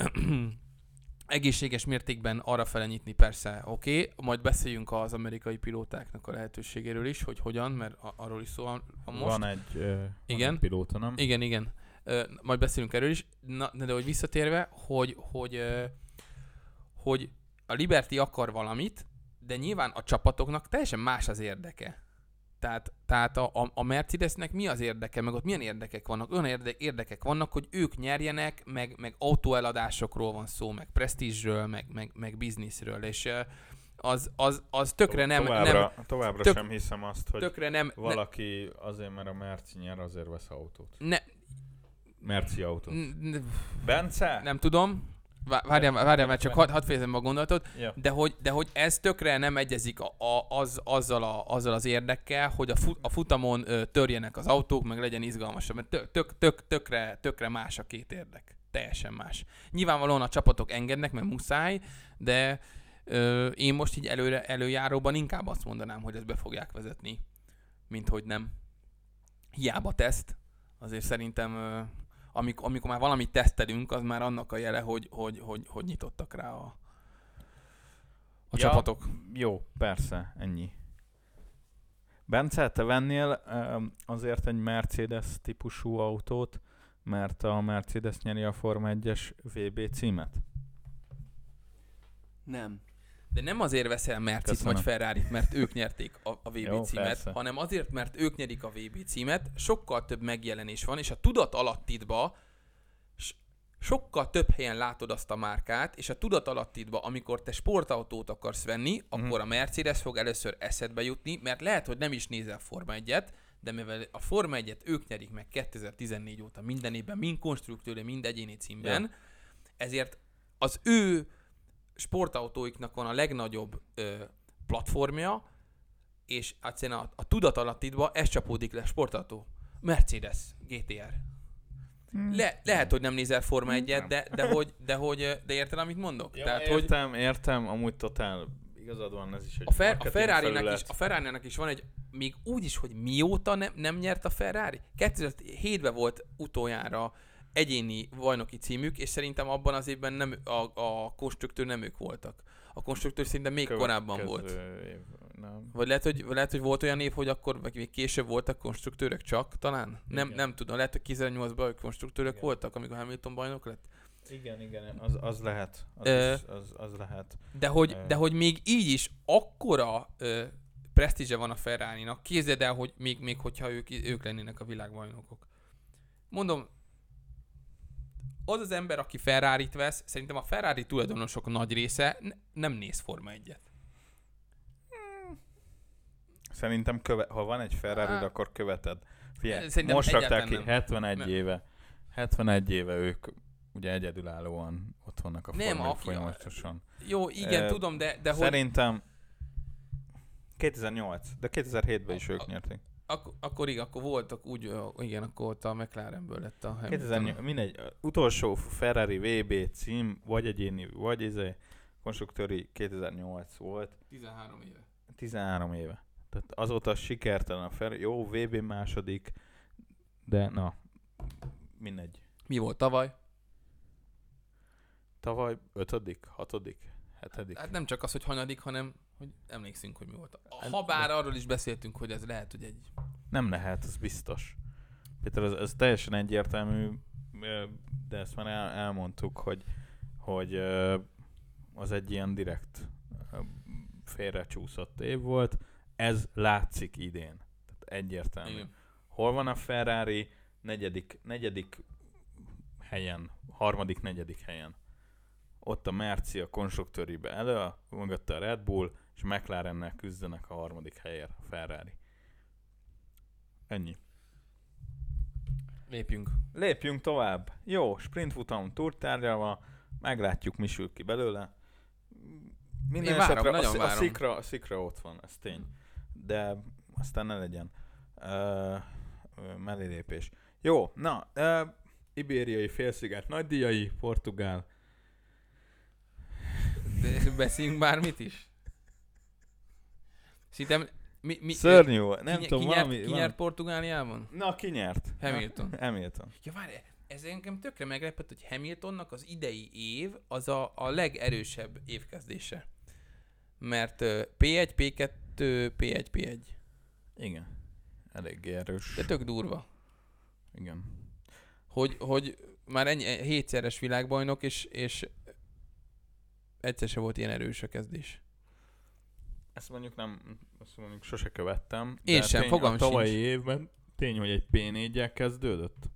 Egészséges mértékben arrafele nyitni persze, oké, okay. Majd beszéljünk az amerikai pilótáknak a lehetőségéről is, hogy hogyan, mert arról is szó van most. Van egy, uh, igen? Van egy pilóta, nem? Igen, igen. Uh, majd beszélünk erről is. Na, de hogy visszatérve, hogy, hogy, uh, hogy a Liberty akar valamit, de nyilván a csapatoknak teljesen más az érdeke. Tehát, tehát a, a, a Mercedesnek mi az érdeke, meg ott milyen érdekek vannak? Olyan érde, érdekek vannak, hogy ők nyerjenek, meg, meg autóeladásokról van szó, meg presztízsről, meg, meg, meg bizniszről, és az, az, az tökre nem... Továbbra, nem, továbbra tök, sem hiszem azt, hogy tökre nem, valaki azért, mert a Merci nyer, azért vesz autót. Ne, Merci autót. N- Bence? Nem tudom. Várjál, várjál, mert csak hadd had fejezem a gondolatot, ja. de, hogy, de hogy ez tökre nem egyezik a, a, az, azzal, a, azzal az érdekkel, hogy a, fut, a futamon ö, törjenek az autók, meg legyen izgalmasabb, mert tök, tök, tök, tökre, tökre más a két érdek. Teljesen más. Nyilvánvalóan a csapatok engednek, mert muszáj, de ö, én most így előre, előjáróban inkább azt mondanám, hogy ezt be fogják vezetni, mint hogy nem. Hiába teszt, azért szerintem... Ö, Amikor, amikor már valamit tesztelünk, az már annak a jele, hogy, hogy, hogy, hogy nyitottak rá a, a ja, csapatok. Jó, persze, ennyi. Bence, te vennél azért egy Mercedes típusú autót, mert a Mercedes nyeri a Forma egyes vé bé címet? Nem. De nem azért veszel Mercit vagy Ferrarit, mert ők nyerték a, a vé bé Jó, címet, persze. hanem azért, mert ők nyerik a vé bé címet, sokkal több megjelenés van, és a tudat alattidba sokkal több helyen látod azt a márkát, és a tudat alattidba, amikor te sportautót akarsz venni, mm. akkor a Mercedes fog először eszedbe jutni, mert lehet, hogy nem is nézel Forma egyet, de mivel a Forma egyet ők nyerik meg kétezer-tizennégy óta minden évben, mind konstruktőre, mind egyéni címben, ja. ezért az ő sportautóiknak van a legnagyobb ö, platformja, és egyszerűen a, a tudat alattidba ez csapódik le, sportautó. Mercedes gé té er. Hmm. Le, lehet, hogy nem nézel Forma egyet, de, de, hogy, de, hogy, de érted, amit mondok? Jó, Tehát, értem, hogy értem, amúgy totál igazad van, ez is egy a, Fer, a Ferrari-nak is, a Ferrari-nak is van egy, még úgy is, hogy mióta ne, nem nyert a Ferrari? kétezer-hétben volt utoljára egyéni bajnoki címük, és szerintem abban az évben nem, a, a konstruktőr nem ők voltak. A konstruktőr szerintem még korábban volt. Év, nem. Vagy lehet hogy, lehet, hogy volt olyan év, hogy akkor vagy még később voltak konstruktőrök csak, talán? Nem, nem tudom, lehet, hogy kétezer-nyolcban ők konstruktőrök igen. voltak, amikor Hamilton bajnok lett? Igen, igen, az, az lehet. Az, ö, is, az, az lehet. De hogy, de hogy még így is akkora ö, presztízse van a Ferrari-nak, képzeld el, hogy még, még hogyha ők, ők lennének a világbajnokok. Mondom, az az ember, aki Ferrarit vesz, szerintem a Ferrari tulajdonosok nagy része ne, nem néz Forma egyet. Szerintem, köve, ha van egy Ferrari, Há... akkor követed. Figyelj, szerintem most rakták ki nem. hetvenegy nem. éve. hetvenegy éve ők ugye egyedülállóan ott vannak a nem, Forma folyamatosan. Jó, igen, e, tudom, de, de szerintem hogy... kétezer-nyolc, de kétezer-hétben is ők nyerték. Ak- akkor igen, akkor voltak úgy, igen, akkor ott a McLarenből lett a Hamilton. kétezer-nyolc, mindegy, utolsó Ferrari vé bé cím, vagy egyéni, vagy izé, konstruktőri kétezer-nyolc volt. tizenhárom éve. tizenhárom éve. Tehát azóta sikertelen a Ferrari, jó, vé bé második, de na, mindegy. Mi volt tavaly? Tavaly ötödik, hatodik, hetedik. Hát nem csak az, hogy hanyadik, hanem hogy emlékszünk, hogy mi volt. Habár arról is beszéltünk, hogy ez lehet, hogy egy... Nem lehet, ez biztos. Péter, ez, ez teljesen egyértelmű, de ezt már el, elmondtuk, hogy, hogy az egy ilyen direkt félrecsúszott év volt. Ez látszik idén. Tehát egyértelmű. Igen. Hol van a Ferrari? Negyedik, negyedik helyen, harmadik, negyedik helyen. Ott a Merci a konstruktőribe elő, mögötte a Red Bull, és McLarennel küzdenek a harmadik helyért a Ferrari. Ennyi. Lépjünk. Lépjünk tovább. Jó, sprintfutam túrtárgyalva, meglátjuk, mi sül ki belőle. Minden Én várom, esetre nagyon a, várom. a, szikra, a szikra ott van, ez tény. De aztán ne legyen uh, mellélépés. Jó, na, uh, Ibériai félsziget nagydíjai, Portugál. De beszéljünk bármit is. Szerintem... Mi, mi, Szörnyű volt, nem ki, tudom, ki valami... Nyert, ki valami... nyert Portugáliában? Na, ki nyert? Hamilton. Hamilton. Ja, várj, ez engem tökre meglepett, hogy Hamiltonnak az idei év az a, a legerősebb évkezdése. Mert uh, pé egy, pé kettő, pé egy, pé egy. Igen. Eléggé erős. De tök durva. Igen. Hogy, hogy már ennyi, hétszeres világbajnok, és, és egyszer se volt ilyen erős a kezdés. Ezt mondjuk nem, ezt mondjuk sose követtem. Én sem, tény, fogalmam a tavalyi sincs. évben tény, hogy egy pé négyel kezdődött.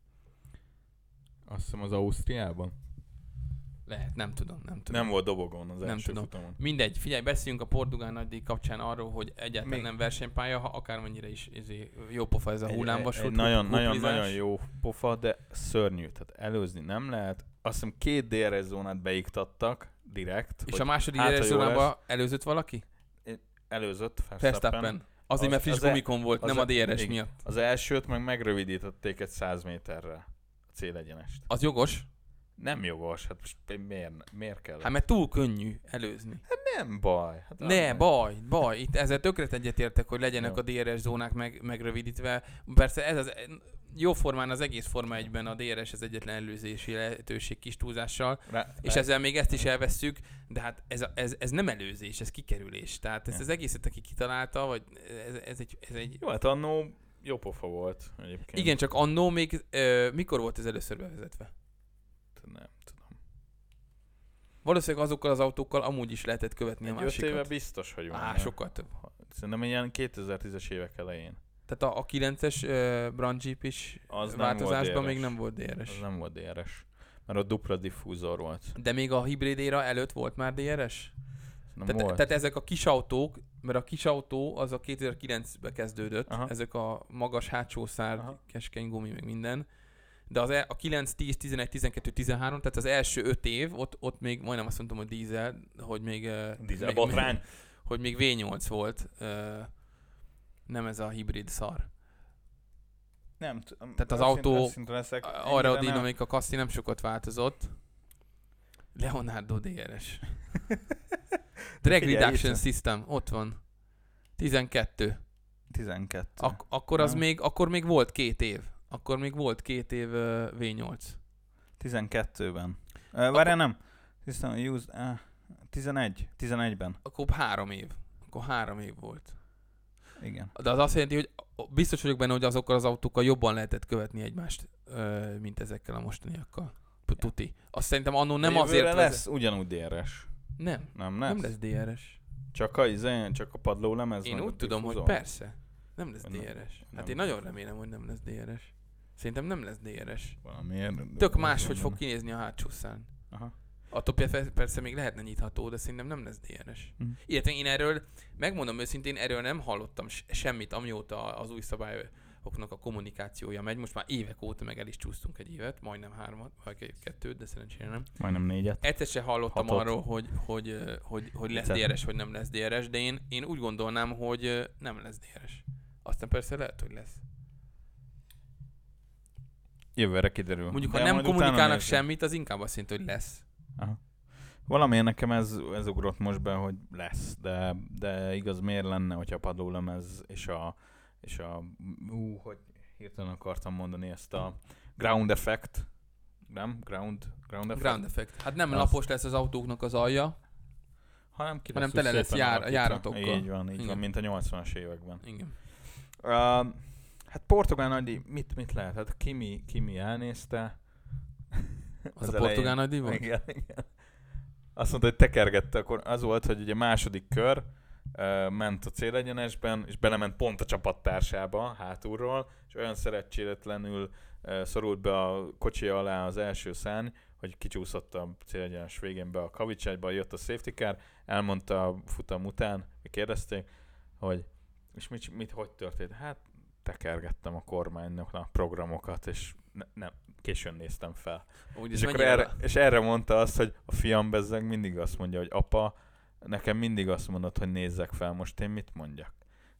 Azt hiszem az Ausztriában. Lehet, nem tudom, nem tudom. Nem volt dobogón az Nem első tudom. futamon. Mindegy, figyelj, beszéljünk a portugál nagydíj kapcsán arról, hogy egyáltalán Még? nem versenypálya, ha akármennyire is izé, jó pofa ez a Egy- hullámvasút. egy nagyon, nagyon, kuplizás. nagyon jó pofa, de szörnyű. Tehát előzni nem lehet. Azt hiszem két dé er es zónát beiktattak direkt. És hogy a második hát, dé er es ha jól zónába előzött valaki? előzött Verstappen. Verstappen. Azért, mert friss Az e- gumikon volt, az nem e- a dé er es igen. miatt. Az elsőt meg megrövidítették egy száz méterre a célegyenest. Az jogos? Nem jogos, hát most miért, miért kell? Hát mert túl könnyű előzni. Nem baj. Hát Ne, nem. baj, baj. Itt ezzel tökre egyetértek, hogy legyenek Jó. a dé er es zónák meg, megrövidítve. Persze ez az jó formán az egész Forma egyben a dé er es az egyetlen előzési lehetőség kis túlzással. Rá, És ezzel még ezt is elvesszük, de hát ez, a, ez, ez nem előzés, ez kikerülés. Tehát ezt Ja. az egészet, aki kitalálta, vagy ez, ez, egy, ez egy... Jó, hát annó jó pofa volt egyébként. Igen, csak annó még, ö, mikor volt ez először bevezetve? Nem tudom. Valószínűleg azokkal az autókkal amúgy is lehetett követni a Egy öt másikat. éve biztos, hogy van. Á, ja. sokkal több. Szerintem ilyen kétezer-tízes évek elején. Tehát a, a kilences uh, Brand Jeep is Az nem változásban volt még dé er es. nem volt dé er es. Az nem volt dé er es. Mert a dupla diffúzor volt. De még a hibrid éra előtt volt már dé er es? Nem Tehát, volt. tehát ezek a kis autók, mert a kis autó az a kétezer-kilencben kezdődött, Aha. ezek a magas hátsó szár, Aha. keskeny gumi, meg minden. De az el, a kilenc, tíz, tizenegy, tizenkettő, tizenhárom, tehát az első öt év, ott, ott még majdnem azt mondtam, hogy dízel, hogy még... uh, Dízel még- botrány. hogy még vé nyolc volt, uh, nem ez a hibrid szar. Nem tudom. Tehát az autó, Leszek, aerodinamika kasszi nem sokat változott. Leonardo dé er es. Drag Figyelj, Reduction itt- System, ott van. tizenkettő. tizenkettő. Ak- akkor az Nem. még, akkor még volt két év. Akkor még volt két év uh, vé nyolc. tizenkettőben. Uh, Várjál, nem. System used, uh, tizenegy. tizenegyben. Akkor három év. Akkor három év volt. Igen. De az azt jelenti, hogy biztos vagyok benne, hogy azokkal az autókkal jobban lehetett követni egymást, ö, mint ezekkel a mostaniakkal. Tuti. Azt szerintem annó nem Jövőre azért lesz vezet... ugyanúgy dé er es. Nem. Nem lesz? Nem lesz dé er es. Csak a, izé, csak a padló lemez. Én meg úgy a tudom, hogy diffúzor? persze. Nem lesz Nem. dé er es. Hát Nem. én nagyon remélem, hogy nem lesz dé er es. Szerintem nem lesz dé er es. Valamiért. Tök más, hogy fog kinézni a hátsó szárny. Aha. Attól persze- persze még lehetne nyitható, de szerintem nem lesz dé er es. Mhm. Illetve én erről, megmondom őszintén, erről nem hallottam s- semmit, amióta az új szabályoknak a kommunikációja megy. Most már évek óta, meg el is csúsztunk egy évet, majdnem hármat, vagy kettőt, de szerencsére nem. Majdnem négyet. Egyszer se hallottam Hatot. arról, hogy, hogy, hogy, hogy, hogy lesz Viccet. dé er es, vagy nem lesz dé er es, de én, én úgy gondolnám, hogy nem lesz dé er es. Aztán persze lehet, hogy lesz. Jövőre kiderül. Mondjuk, ha De nem majd utána kommunikálnak nézzük. semmit, az inkább azt jelenti, hogy lesz. Aha. Valamiért nekem ez, ez ugrott most be, hogy lesz, de, de igaz miért lenne, hogyha a padlólemez és a, és a ú, hogy hirtelen akartam mondani ezt a ground effect, nem? Ground, ground effect? Ground effect. Hát nem Az- lapos lesz az autóknak az alja, Hanem, ki hanem lesz tele lesz szépen jár- alakítva. járatokkal. Így van, így Igen. van, mint a nyolcvanas években. igen. Uh, hát Portugál nagydíj, mit, mit lehet? Hát Kimi, Kimi elnézte. Az, az a portugál nagydíj volt? Igen, igen. Azt mondta, hogy tekergette, akkor az volt, hogy ugye második kör uh, ment a célegyenesben, és belement pont a csapattársába hátulról, és olyan szerencsétlenül uh, szorult be a kocsi alá az első szárny, hogy kicsúszott a célegyenes végén be a kavicságyba, jött a safety car, elmondta a futam után, kérdezték, hogy és mit, mit, hogy történt? Hát tekergettem a kormánynak a programokat, és ne, nem, későn néztem fel. Úgy, És, akkor erre, és erre mondta azt, hogy a fiam bezzeg mindig azt mondja, hogy apa, nekem mindig azt mondod, hogy nézzek fel, most én mit mondjak?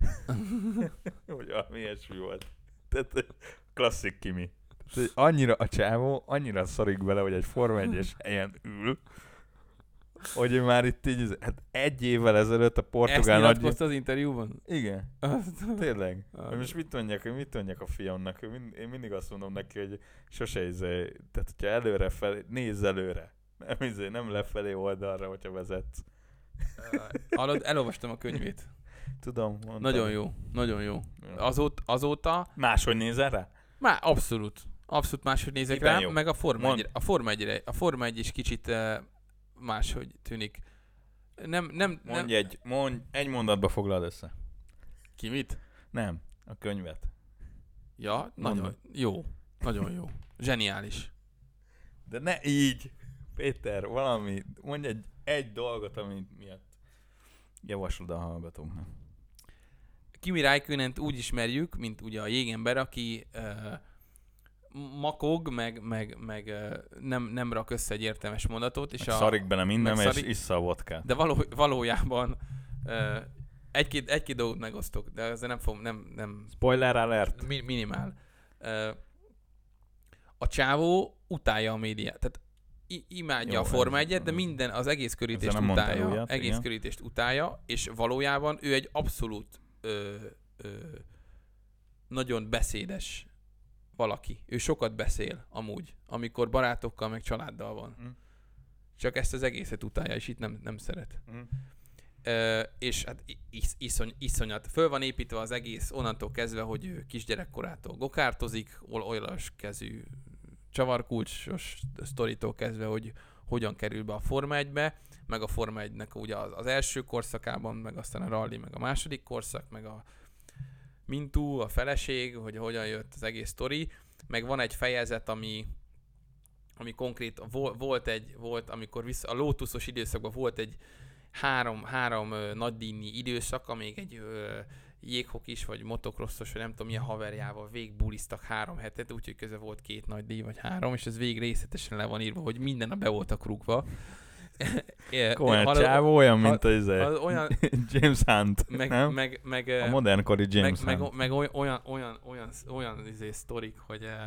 Hogy valami ilyesmi volt. Tehát klasszik Kimi. Tehát, annyira a csávó, annyira szorik bele, hogy egy Forma egyes helyen ül, hogy ő már itt így, hát egy évvel ezelőtt a Ezt portugál nagy... nyilatkozta az interjúban? Igen, tényleg. Hogy most mit mondjak, hogy mit mondjak a fiamnak? Ő mind, én mindig azt mondom neki, hogy sose izé, tehát hogyha előre felé, nézz előre. Nem, izé, nem lefelé oldalra, hogyha vezetsz. Hallod, elolvastam a könyvét. Tudom, mondtam. Nagyon jó, nagyon jó. Azóta, azóta Máshogy nézel rá? már abszolút, abszolút máshogy nézek Miben rá, jó? meg a Forma Mond. egy, a Forma egyre, a Forma egy is kicsit uh, máshogy tűnik. Nem, nem, nem. Mondj egy, mondj, egy mondatba foglald össze. Ki mit? Nem, a könyvet. Ja, Mondd. nagyon jó, nagyon jó. Zseniális. De ne így! Péter, valami, mondj egy, egy dolgot, ami miatt javaslod a hallgatóknak. Kimi Räikkönent úgy ismerjük, mint ugye a jégember, aki uh, makog, meg, meg, meg uh, nem, nem rak össze egy értelmes mondatot. És Meg a, szarik bele minden, és szarik- issza a vodkát. de való, valójában uh, egy-két, egy-két dolgot megosztok, de ezzel nem fogom, nem, nem Spoiler alert! mi, minimál. Uh, a csávó utálja a médiát. Tehát i- imádja Jó, a Forma ez- egyet, de minden, az egész körítést ezzel nem mondtál utálja. újat, egész igen. körítést utálja, és valójában ő egy abszolút ö, ö, nagyon beszédes valaki. Ő sokat beszél amúgy, amikor barátokkal meg családdal van. Mm. Csak ezt az egészet utálja, és itt nem, nem szeret. Mm. Ö, és hát is, iszony, iszonyat. Föl van építve az egész onnantól kezdve, hogy ő kisgyerekkorától gokártozik, ol- olyas kezű csavarkulcsos sztoritól kezdve, hogy hogyan kerül be a Forma egybe, meg a Forma egynek ugye az, az első korszakában, meg aztán a rally, meg a második korszak, meg a mintú, a feleség, hogy hogyan jött az egész sztori, meg van egy fejezet, ami ami konkrét, vol, volt egy, volt, amikor vissza, a Lotusos időszakban volt egy három, három ö, nagydíjnyi időszak, amíg egy ö, jéghokis, vagy motocrossos, vagy nem tudom milyen haverjával végigbuliztak három hetet, úgyhogy közben volt két nagy díj, vagy három, és ez végig részletesen le van írva, hogy minden a be voltak rúgva. Komolyan Hallod- csávó olyan, mint ha- az, az olyan, James Hunt, meg, nem? meg, meg, A modernkori meg, James meg, Hunt. meg, olyan, olyan, olyan, olyan, olyan izé, sztorik, hogy eh,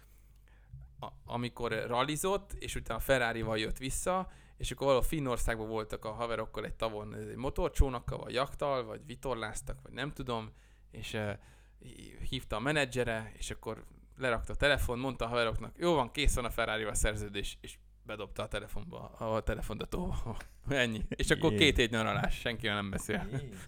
a, amikor rallizott, és utána a Ferrarival jött vissza, és akkor valahol Finnországban voltak a haverokkal egy tavon egy motorcsónakkal, vagy jaktal, vagy vitorláztak, vagy nem tudom, és eh, hívta a menedzsere, és akkor lerakta a telefon, mondta a haveroknak, jó van, kész van a Ferrarival a szerződés, és bedobta a telefonba, a telefondatóba. Ennyi. És akkor Jé. két hét nyaralás, senkivel nem beszél.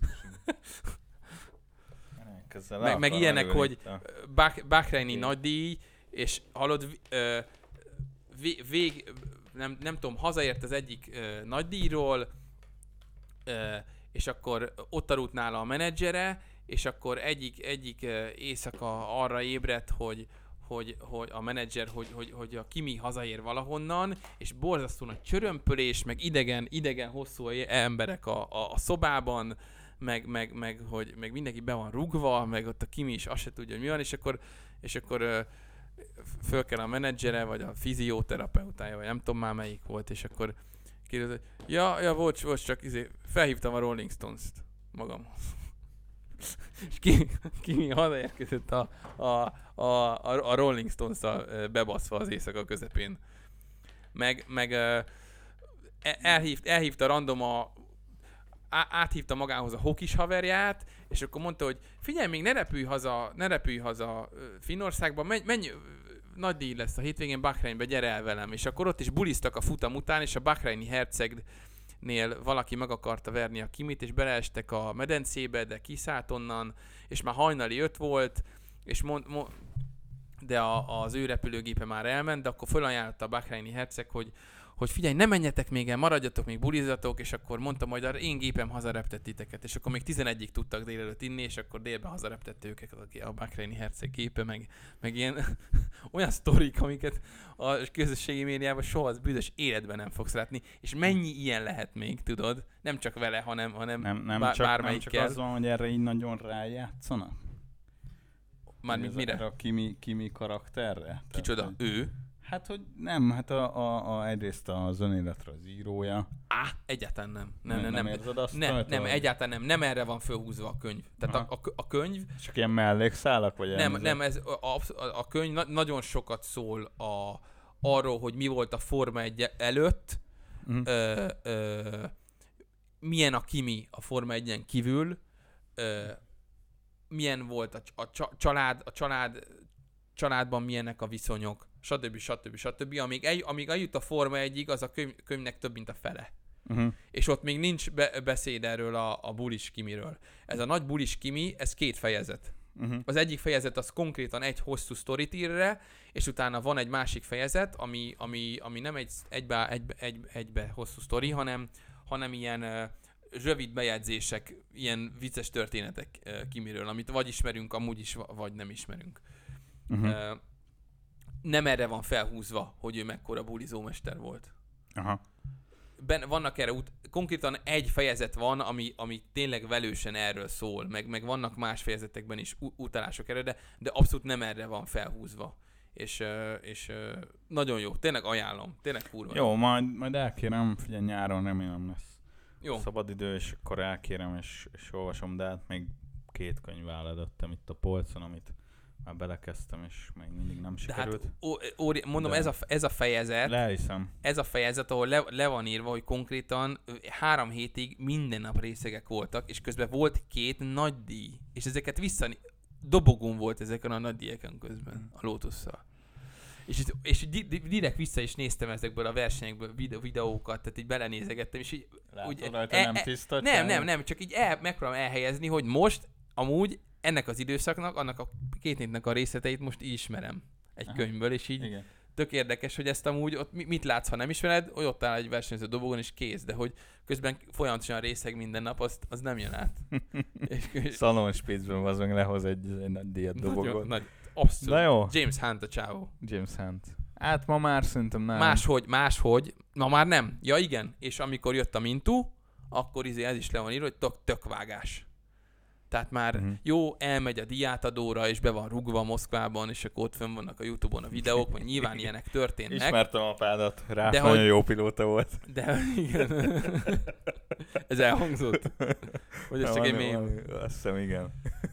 Ezzel Meg, le meg akar ilyenek, merülni hogy itt a- Bak- Bahreini Jé. nagydíj, és hallod, ö, vé- vég, nem, nem tudom, hazaért az egyik ö, nagydíjról, ö, és akkor ott aludt nála a menedzsere, és akkor egyik, egyik ö, éjszaka arra ébredt, hogy, hogy, hogy a menedzser, hogy, hogy, hogy a Kimi hazaér valahonnan, és borzasztó nagy csörömpölés, meg idegen, idegen hosszú emberek a, a, a szobában, meg, meg, meg, hogy meg mindenki be van rugva, meg ott a Kimi is azt se tudja, hogy mi van, és akkor, és akkor ö, föl kell a menedzsere, vagy a fizioterapeutája, vagy nem tudom már melyik volt, és akkor kérdez, hogy ja, ja, volt, volt, csak izé, felhívtam a Rolling Stones-t magam. És Kimi, Kimi hazaérkezett a, a, a, a Rolling Stones-szal bebaszva az éjszaka közepén. Meg, meg elhívt, elhívta random a áthívta magához a hokis haverját, és akkor mondta, hogy figyelj, még ne repülj haza, ne repülj haza Finnországba, menj, menj, nagy díj lesz a hétvégén Bahreinbe, gyere el velem. És akkor ott is buliztak a futam után, és a bahreini hercegnél valaki meg akarta verni a Kimit, és beleestek a medencébe, de kiszállt onnan, és már hajnali öt volt, és mond, mond, de a, az ő repülőgépe már elment, de akkor fölajánlotta a bahreini herceg, hogy hogy figyelj, ne menjetek még el, maradjatok még, bulizatok, és akkor mondta majd, hogy én gépem hazareptett titeket, és akkor még tizenegyig tudtak délelőtt inni, és akkor délben hazareptette őket a bahreini herceg gépe, meg, meg ilyen olyan sztorik, amiket a közösségi médiában soha az büdös életben nem fogsz látni, és mennyi ilyen lehet még, tudod? Nem csak vele, hanem, hanem nem, nem bár, csak, bármelyikkel. Nem csak az van, hogy erre így nagyon rájátszanak? Mármint mire? A Kimi, Kimi karakterre? Kicsoda? Tehát, ő? Hát, hogy nem, hát a, a, a, egyrészt az önéletre az írója. Á, egyáltalán nem. Nem, nem, nem. nem, érzed azt? nem, Mert nem a... egyáltalán nem. Nem erre van fölhúzva a könyv. Tehát a, a, a könyv... Csak ilyen mellékszálak? Vagy nem, elnézett? nem, ez a, a, a könyv na, nagyon sokat szól a, arról, hogy mi volt a Forma egy előtt, uh-huh. ö, ö, milyen a Kimi a Forma egyen kívül, ö, milyen volt a, a család, a család, családban milyenek a viszonyok, stb. stb. stb. Amíg, el, amíg eljut a Forma egyig, az a könyv, könyvnek több, mint a fele. Uh-huh. És ott még nincs be, beszéd erről a, a bulis Kimiről. Ez a nagy bulis Kimi, ez két fejezet. Uh-huh. Az egyik fejezet az konkrétan egy hosszú sztorit ír re, és utána van egy másik fejezet, ami, ami, ami nem egy egybe, egybe, egybe, egybe hosszú sztori, hanem, hanem ilyen uh, rövid bejegyzések, ilyen vicces történetek uh, Kimiről, amit vagy ismerünk, amúgy is, vagy nem ismerünk. Uh-huh. Uh, nem erre van felhúzva, hogy ő mekkora bulizómester volt. Aha. Ben, vannak erre út, konkrétan egy fejezet van, ami, ami tényleg velősen erről szól, meg, meg vannak más fejezetekben is utalások erre, de, de abszolút nem erre van felhúzva. És, és nagyon jó, tényleg ajánlom, tényleg kurva. Jó, majd, majd elkérem, figyelj, nyáron remélem lesz jó. Szabadidő, és akkor elkérem, és, és olvasom, de hát még két könyv eladottam itt a polcon, amit már belekezdtem, és még mindig nem sikerült. De hát, ó, ó, mondom, ez a, ez a fejezet, lehiszem. Ez a fejezet, ahol le, le van írva, hogy konkrétan három hétig minden nap részegek voltak, és közben volt két nagy díj, és ezeket vissza, dobogón volt ezeken a nagy díjeken közben, a Lotusszal. És, és direkt vissza is néztem ezekből a versenyekből videó, videókat, tehát így belenézegettem, és így... Látod úgy, rajta e, nem e, tiszta? Nem, nem, nem, csak így el, megpróbálom elhelyezni, hogy most amúgy ennek az időszaknak, annak a két hétnek a részleteit most ismerem egy Aha. könyvből, és így igen. Tök érdekes, hogy ezt amúgy ott mit látsz, ha nem ismered, hogy ott áll egy versenyző dobogon, és kész, de hogy közben folyamatosan részeg minden nap, azt, az nem jön át. Szalonspicben azon lehoz egy, egy nagy díjat dobogon. Nagy, abszolút. Na jó. James Hunt a csávó. James Hunt. Hát ma már szerintem nem. Máshogy, máshogy, ma már nem. Ja igen, és amikor jött a Mintu, akkor izé ez is le van írva, hogy tök, tökvágás. Tehát már uh-huh. jó, elmegy a díjátadóra, és be van rugva Moszkvában, és akkor ott fönn vannak a Youtube-on a videók, hogy nyilván ilyenek történnek. Ismertem apádat, rá de nagyon hogy... jó pilóta volt. De igen. Ez elhangzott? Vagy ez csak egy mém? Azt hiszem, igen.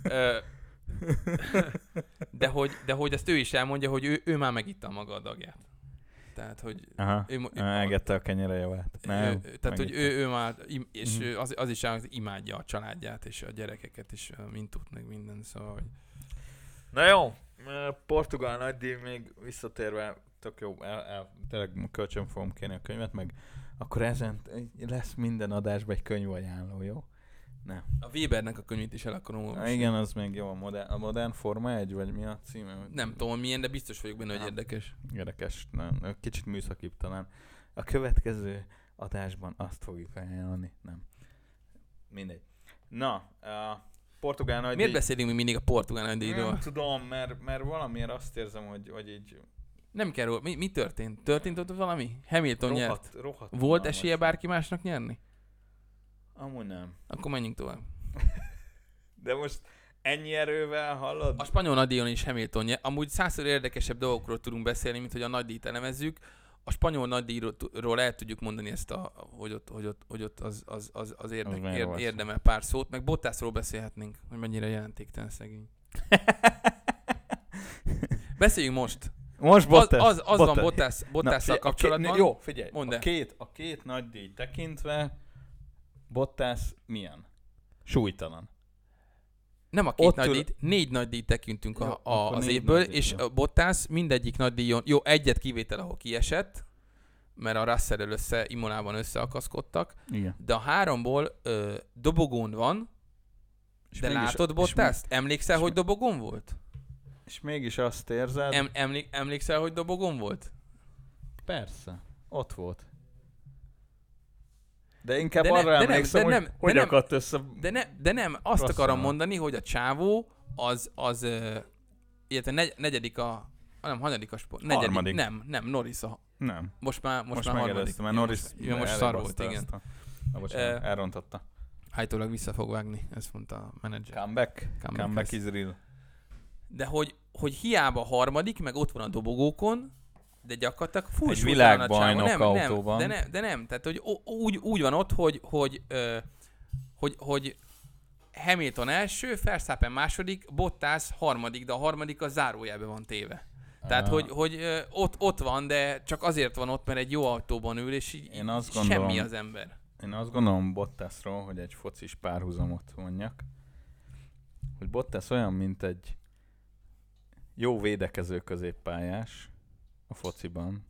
De hogy, de hogy ezt ő is elmondja, hogy ő, ő már megitta maga a dagját. Tehát, hogy... Aha, ő, ő, elgette a kenyere javát. Nem, ő, tehát, hogy ő, ő már, és mm-hmm. az, az is imádja a családját, és a gyerekeket is, mint tud, meg minden, szóval, hogy... Na jó, portugál nagydíj még visszatérve, tök jó, el, el, tényleg kölcsön fogom kérni a könyvet, meg akkor ezen lesz minden adásban egy könyvajánló, jó? Nem. A Webernek a könyvét is el akarom olvasni. Igen, az még jó. A modern, a modern Forma egy, vagy mi a címe? Nem tudom, milyen, de biztos vagyok benne, hogy érdekes. Érdekes, nem. Kicsit műszakibb talán. A következő adásban azt fogjuk ajánlani. Nem. Mindegy. Na, a portugál nagydíj... Miért beszélünk mi mindig a portugál nagydíjról? Nem tudom, mert, mert valamiért azt érzem, hogy, hogy így... Nem kell róla. Mi, mi történt? Történt ott valami? Hamilton rohadt, nyert. Rohadt Volt esélye bárki másnak nyerni? Amúgy nem. Akkor menjünk tovább. De most ennyi erővel hallod? A spanyol nagydíjon is Hamilton nyer. Amúgy százszor érdekesebb dolgokról tudunk beszélni, mint hogy a nagydíjt elemezzük. a spanyol nagydíjról el tudjuk mondani ezt, a, hogy ott, hogy ott, hogy ott az, az, az, az érdek, Az érd, érdemel pár szót, meg Bottasról beszélhetnénk, hogy mennyire jelentéktelen szegény. Beszéljünk most. Most Bottas. Az, az, az Bottas. van Bottas, Bottasszal kapcsolatban. Két, jó, figyelj, Mondd a el. két, a két nagy díj tekintve Bottas milyen? Súlytalan. Nem a két Ott nagy ül- díjt, négy nagy díjt tekintünk Jó, a, a, akkor az négy évből, nagy díj, és jó. a Bottas mindegyik nagy díjon, jó, egyet kivétel, ahol kiesett, mert a Russell-el össze, Imolában összeakaszkodtak, Igen. de a háromból ö, dobogón van, És de mégis- látod és Bottaszt? Emlékszel, és hogy mi- dobogón volt? És mégis azt érzed... Em, emlék, emlékszel, hogy dobogón volt? Persze, ott volt. De inkább De ne- arra de nem, emlékszem, de hogy nem, de hogy nem. akadt össze... De, ne, de nem, azt Rosszul akarom van. mondani, hogy a csávó az, az uh, illetve negy, negyedik a, nem, hanyadik a sport, negyedik, Harmadik. nem, nem, Norris a, Nem, most már, most, most, már harmadik. megelőzte, mert Ja, Norris most, ja, most szar volt, igen. elbaszta. Na, bocsánat, Eh, elrontotta. Állítólag vissza fog vágni, ezt mondta a menedzser. Comeback? Comeback Comeback lesz. is real. De hogy, hogy hiába harmadik, meg ott van a dobogókon, de gyakorlatilag full Egy súlytalan a csávó. világbajnok nem, autóban. Nem, de, ne, de nem, tehát hogy ó- úgy, úgy van ott, hogy, hogy, ö, hogy, hogy Hamilton első, Verstappen második, Bottas harmadik, de a harmadik a zárójelbe van téve. Tehát, Ah. hogy, hogy ö, ott, ott van, de csak azért van ott, mert egy jó autóban ül, és így Én azt semmi gondolom- az ember. Én azt gondolom Bottasról, hogy egy focis párhuzamot mondjak, hogy Bottas olyan, mint egy jó védekező középpályás a fociban,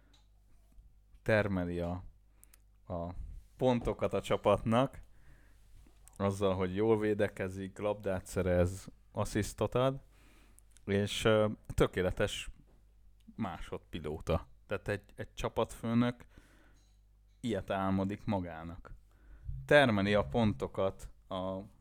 termeli a, a pontokat a csapatnak, azzal, hogy jól védekezik, labdát szerez, asszisztot ad, és uh, tökéletes másodpilóta. Tehát egy, egy csapatfőnök ilyet álmodik magának. Termeli a pontokat a,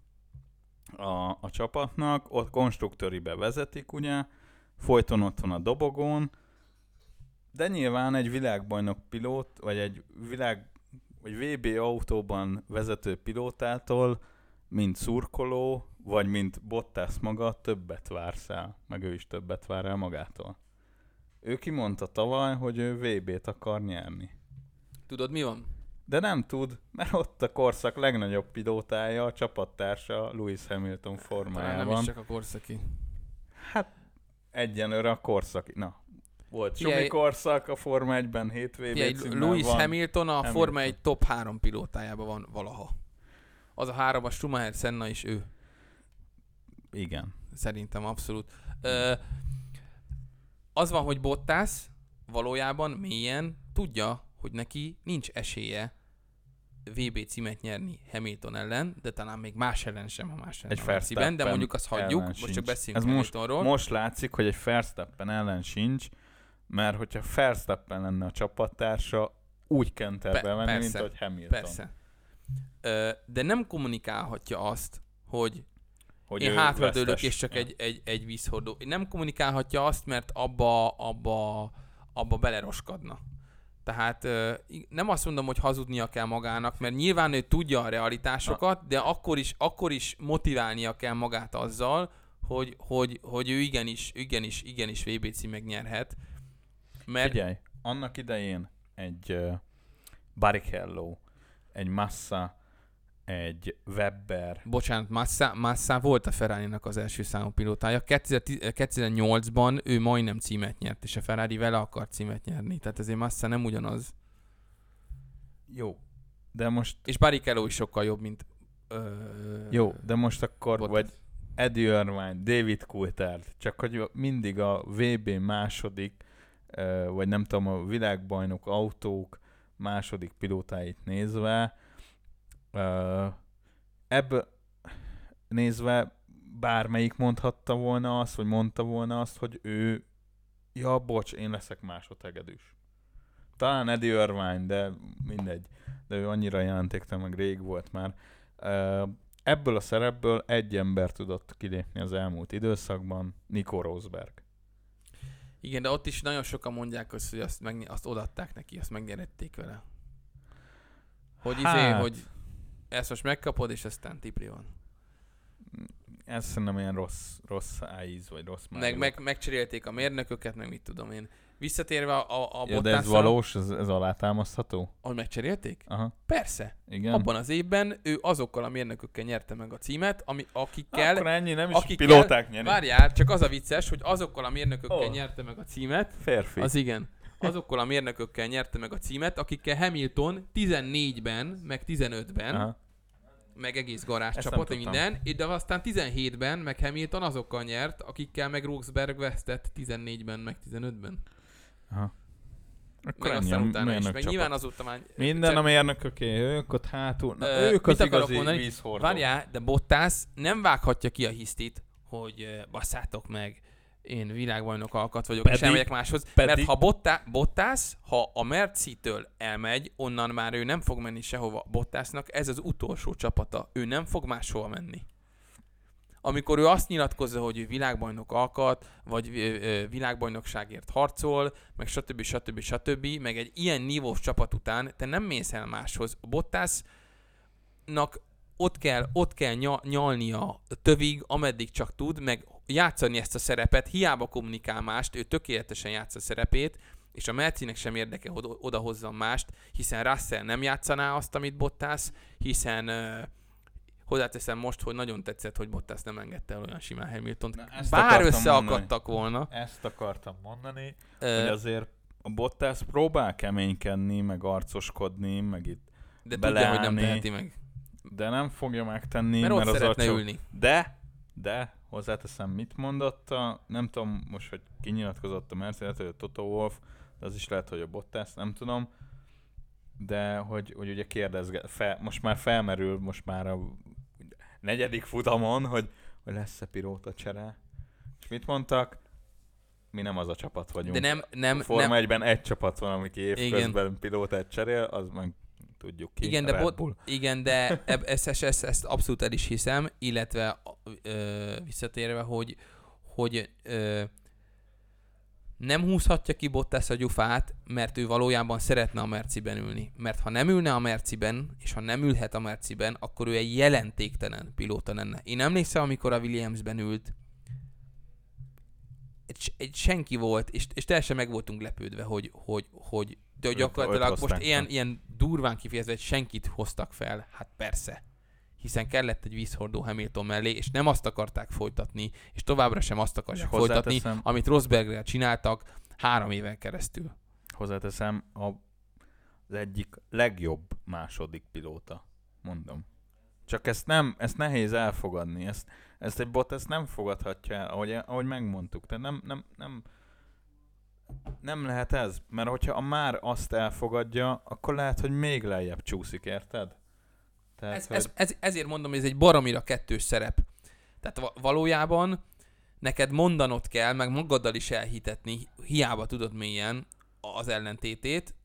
a, a csapatnak, ott konstruktőribe vezetik, ugye, folyton ott van a dobogón, de nyilván egy világbajnok pilót, vagy egy világ, vagy vé bé autóban vezető pilótától, mint szurkoló, vagy mint Bottas maga, többet vársz el, meg ő is többet vár el magától. Ő kimondta tavaly, hogy ő vé bét akar nyerni. Tudod, mi van? De nem tud, mert ott a korszak legnagyobb pilótája, a csapattársa Lewis Hamilton Talán nem is formájában. csak a korszaki. Hát egyenlőre a korszaki. Na, volt Figyelj- Sumi korszak a Forma egyben, hét vé bé Figyelj, címmel Lewis van. Hamilton a Hamilton. Forma egy top három pilótájában van valaha. Az a három, a Schumacher, Senna és ő. Igen. Szerintem abszolút. Ö, az van, hogy Bottas valójában mélyen tudja, hogy neki nincs esélye vé bé címet nyerni Hamilton ellen, de talán még más ellen sem, ha más ellen Egy a Merciben, de Verstappen mondjuk azt hagyjuk, ellen most csak sincs. beszélünk Ez most, Hamiltonról. most látszik, hogy egy Verstappen ellen sincs, mert hogyha Verstappen lenne a csapattársa, úgy kenterbe Pe- menni, mint persze, hogy Hamilton. Persze. Ö, de nem kommunikálhatja azt, hogy Hogy én ő hátradőlök, vesztes. és csak Ja. egy, egy, egy vízhordó. Nem kommunikálhatja azt, mert abba, abba, abba beleroskadna. Tehát ö, nem azt mondom, hogy hazudnia kell magának, mert nyilván ő tudja a realitásokat, de akkor is, akkor is motiválnia kell magát azzal, hogy, hogy, hogy ő igenis, igenis, igenis vé bé címet nyerhet. Mert Figyelj, annak idején egy uh, Barrichello, egy Massa, egy Webber, bocsánat, Massa, Massa volt a Ferrari-nak az első számú pilótája. kétezer-nyolcban ő majdnem címet nyert, és a Ferrari vele akart címet nyerni. Tehát ezért Massa nem ugyanaz. jó, de most És Barrichello is sokkal jobb, mint... Ö, jó, de most akkor Bottas. vagy Eddie Irvine, David Coulthard, csak hogy mindig a vé bé második, uh, vagy nem tudom, a világbajnok autók második pilótáit nézve, uh, ebből nézve bármelyik mondhatta volna azt, vagy mondta volna azt, hogy ő, ja, bocs, én leszek másodhegedűs. Talán Eddie Irvine, de mindegy. De ő annyira jelentéktelen, meg rég volt már. Uh, ebből a szerepből egy ember tudott kilépni az elmúlt időszakban, Nico Rosberg. Igen, de ott is nagyon sokan mondják azt, hogy azt, meg, azt odaadták neki, azt megnyerették vele. Hogy izé, Hát. hogy ezt most megkapod, és aztán tipli van. ez szerintem ilyen rossz, rossz íz, vagy rossz májú. Meg, meg, megcserélték a mérnököket, meg mit tudom én. Visszatérve a, a ja, Bottasra... de ez valós, ez, ez alátámasztható? Ahogy megcserélték? Aha. Persze. Igen. Abban az évben ő azokkal a mérnökökkel nyerte meg a címet, ami, akikkel... Akkor ennyi, nem is akikkel, pilóták nyerni. Várjál, csak az a vicces, hogy azokkal a mérnökökkel oh. nyerte meg a címet. Férfi. Az igen. Azokkal a mérnökökkel nyerte meg a címet, akikkel Hamilton tizennégyben, meg tizenötben, aha, meg egész garázs csapat, minden, de aztán tizenhétben, meg Hamilton azokkal nyert, akikkel meg Rosberg vesztett tizennégyben, meg tizenötben. Aha. Akkor meg aztán utána is. Meg nyilván azóta már... Minden csak... a mérnököké, ők ott hátul, na, ö, ők az igazi vízhordó. Várjál, de Bottas nem vághatja ki a hisztit, hogy basszátok meg, én világbajnok alkat vagyok, pedig, és elmegyek máshoz. Pedig. Mert ha Botta, Bottas, ha a Merci-től elmegy, onnan már ő nem fog menni sehova. Bottasnak ez az utolsó csapata. Ő nem fog máshova menni. Amikor ő azt nyilatkozza, hogy ő világbajnok alkat, vagy ö, ö, világbajnokságért harcol, meg stb. stb. stb. Meg egy ilyen nívós csapat után te nem mész el máshoz. A Bottasnak ott kell, ott kell nyal, nyalnia tövig, ameddig csak tud, meg játszani ezt a szerepet, hiába kommunikál mást, ő tökéletesen játsza a szerepét, és a Mercinek sem érdeke, hogy odahozzon mást, hiszen Russell nem játszaná azt, amit Bottas, hiszen uh, hozzáteszem most, hogy nagyon tetszett, hogy Bottas nem engedte el olyan simán Hamiltont. Bár összeakadtak volna. Ezt akartam mondani, uh, hogy azért a Bottas próbál keménykedni, meg arcoskodni, meg itt de beleállni, tudja, hogy nem teheti meg. De nem fogja megtenni, mert, mert ott az szeretne csak... ülni. De, de, hozzáteszem, mit mondott a, nem tudom most, hogy kinyilatkozott a Mercedes, hogy a Toto Wolff, de az is lehet, hogy a Bottas, nem tudom, de hogy, hogy ugye kérdezget, fel, most már felmerül, most már a negyedik futamon, hogy, hogy lesz-e pilóta csere. És mit mondtak? Mi nem az a csapat vagyunk. De nem, nem, a Forma nem. egyben egy csapat van, amik évközben pilótát cserél, az meg tudjuk ki. Igen, de, bot, igen, de eb, ezt, ezt, ezt, ezt abszolút el is hiszem, illetve ö, visszatérve, hogy, hogy ö, nem húzhatja ki Bottas a gyufát, mert ő valójában szeretne a Merciben ülni. Mert ha nem ülne a Merciben, és ha nem ülhet a Merciben, akkor ő egy jelentéktelen pilóta lenne. Én emlékszem, amikor a Williamsben ült, egy, egy senki volt, és, és teljesen meg voltunk lepődve, hogy, hogy, hogy de gyakorlatilag most ilyen, ilyen durván kifejezve, hogy senkit hoztak fel, hát persze. Hiszen kellett egy vízhordó Hamilton mellé, és nem azt akarták folytatni, és továbbra sem azt akarják folytatni, amit Rosbergrel csináltak három éven keresztül. Hozzáteszem, a, az egyik legjobb második pilóta, mondom. Csak ezt nem, ezt nehéz elfogadni, ezt, ezt egy Bottas nem fogadhatja el, ahogy, ahogy megmondtuk. Tehát nem, nem, nem, nem lehet ez, mert hogyha a már azt elfogadja, akkor lehet, hogy még lejjebb csúszik, érted? Tehát, ez, hogy... ez, ez, ezért mondom, hogy ez egy baromira kettős szerep. Tehát valójában neked mondanod kell, meg magaddal is elhitetni, hiába tudod mélyen az ellentétét,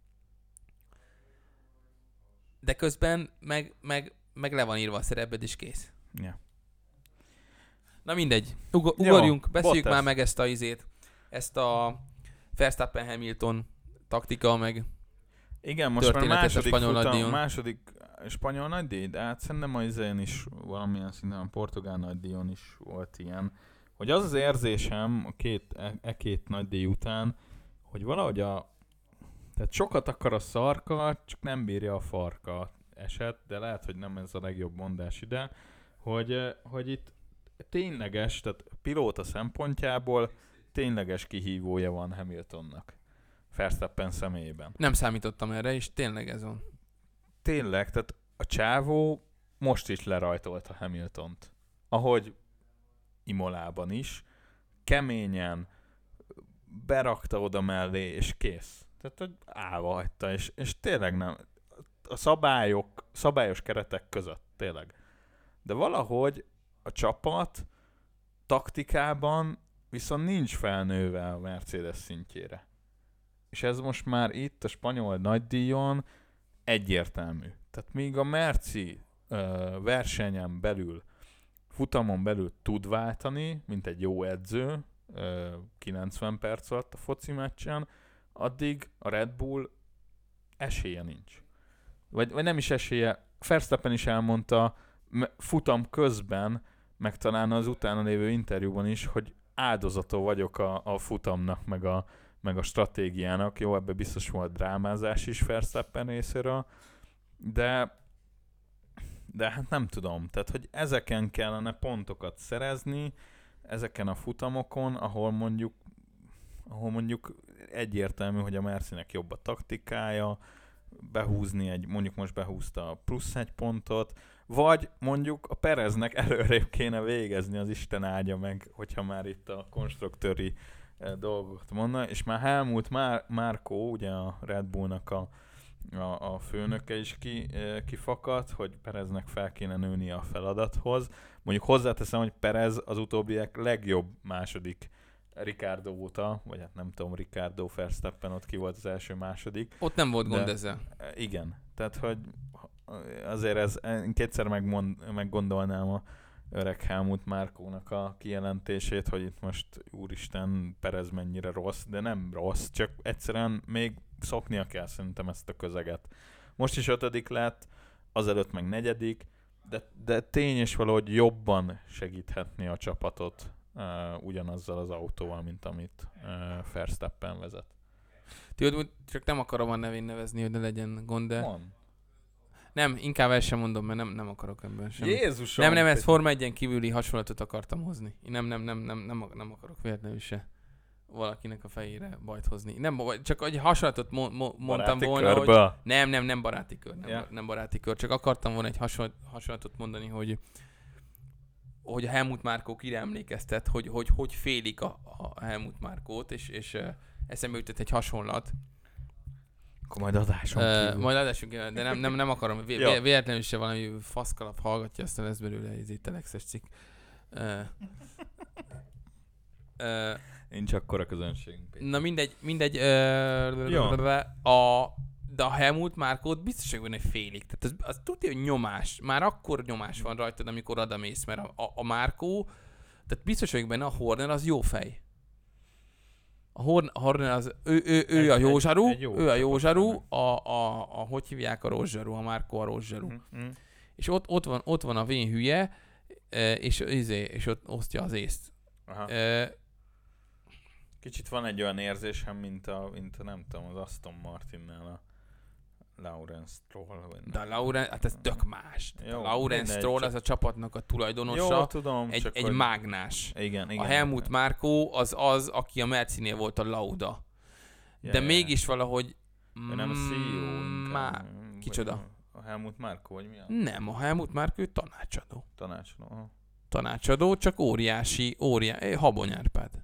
de közben meg, meg, meg le van írva a szereped, és kész. Yeah. Na mindegy, Ug- ugorjunk, Jó, beszéljük Bottas. már meg ezt a izét, ezt a Verstappen-Hamilton taktika, meg igen, most már második a spanyol futam, második spanyol nagydíj, de hát szerintem az izén is valamilyen szinten a portugál nagydíjon is volt ilyen, hogy az az érzésem a két, e, e két nagydíj után, hogy valahogy a, tehát sokat akar a szarka, csak nem bírja a farka eset, de lehet, hogy nem ez a legjobb mondás ide, hogy, hogy itt tényleges, tehát pilóta szempontjából tényleges kihívója van Hamiltonnak. Verstappen személyében. Nem számítottam erre, és tényleg ez van. Tényleg, tehát a csávó most is lerajtolta Hamiltont. Ahogy Imolában is. Keményen berakta oda mellé, és kész. Tehát, hogy állva hagyta, és, és tényleg nem. A szabályok, szabályos keretek között, tényleg. De valahogy a csapat taktikában viszont nincs felnőve a Mercedes szintjére. És ez most már itt a spanyol nagydíjon egyértelmű. Tehát míg a Merci ö, versenyen belül, futamon belül tud váltani, mint egy jó edző, ö, kilencven perc alatt a foci meccsen, addig a Red Bull esélye nincs. Vagy, vagy nem is esélye, Verstappen is elmondta, futam közben meg talán az utána lévő interjúban is, hogy áldozaton vagyok a, a futamnak, meg a, meg a stratégiának. Jó, ebbe biztos volt drámázás is Verstappen részéről, de de hát nem tudom. Tehát, hogy ezeken kellene pontokat szerezni, ezeken a futamokon, ahol mondjuk ahol mondjuk egyértelmű, hogy a Mercinek jobb a taktikája, behúzni egy, mondjuk most behúzta a plusz egy pontot, vagy mondjuk a Pereznek előrébb kéne végezni, az Isten áldja meg, hogyha már itt a konstruktőri dolgot mondna, és már Helmut Már- Márko, ugye a Red Bullnak a, a, a főnöke is ki, kifakadt, hogy Pereznek fel kéne nőni a feladathoz. Mondjuk hozzáteszem, hogy Perez az utóbbiek legjobb második Ricardo óta, vagy hát nem tudom, Ricardo Verstappen ott ki volt az első második. Ott nem volt gond de, ezzel. Igen, tehát hogy azért ez, én kétszer megmond, meggondolnám a öreg Helmut Márkónak a kijelentését, hogy itt most úristen Perez mennyire rossz, de nem rossz, csak egyszerűen még szoknia kell szerintem ezt a közeget. Most is ötödik lett, azelőtt meg negyedik, de, de tény és valahogy jobban segíthetni a csapatot uh, ugyanazzal az autóval, mint amit uh, Verstappen vezet. Tudod, csak nem akarom a nevén nevezni, hogy ne legyen gond, de... Van. Nem, inkább el sem mondom, mert nem, nem akarok ebben sem. Jézusom! Nem, nem, ez Forma egyen kívüli hasonlatot akartam hozni. Én nem, nem, nem, nem, nem, nem akarok véletlenül se valakinek a fejére bajt hozni. Nem, csak egy hasonlatot mo- mo- mondtam Baráti volna, körbe. hogy... Nem, nem, nem baráti kör, nem, Ja. nem baráti kör. Csak akartam volna egy hasonlat, hasonlatot mondani, hogy hogy a Helmut Márkó kire emlékeztet, hogy hogy, hogy félik a, a Helmut Márkót, és, és uh, eszembe jutott egy hasonlat. Akkor majd adáson Uh, kívül. majd adásunk, de nem, nem, nem akarom, vé- Jó. vé- véletlenül se valami faszkalap hallgatja, aztán lesz belőle ez itt telexes cikk. Uh, uh, Nincs akkora közönségünk. Péter. na mindegy, mindegy, uh, Jó. a, de a Helmut Márkót biztos, hogy egy félig. Tehát az, az tudja, hogy nyomás. Már akkor nyomás van rajtad, amikor odamész, mert a, a, a Márkó, tehát biztos vagyok benne, a Horner az jó fej. A Horn- Horner az, ő, ő, ő Egy- a jó egy- zsaru, egy jó ő a jó csapat zsaru, fene. a, a, a, hogy hívják a rossz zsaru, a Márkó a rossz zsaru. Mm-hmm. És ott, ott, van, ott van a vén hülye, eh, és, izé, és ott osztja az észt. Aha. Eh, Kicsit van egy olyan érzésem, mint a, mint a nem tudom, az Aston Martinnál a Lawrence Stroll. Vagy De a nem. Lawrence, hát ez tök más. Jó, A Lawrence mindegy, Stroll csak- az a csapatnak a tulajdonosa, Jó, tudom, egy, csak egy hogy... mágnás. Igen, igen. A Helmut Márkó az az, aki a Mercinél volt a Lauda. Ja, De ja. mégis valahogy... Ő nem a cé e o Má... inkább. vagy Kicsoda? A Helmut Márkó, vagy mi a Nem, a Helmut Márkó ő tanácsadó. tanácsadó? Aha. Tanácsadó, csak óriási, óriási, Habony Árpád.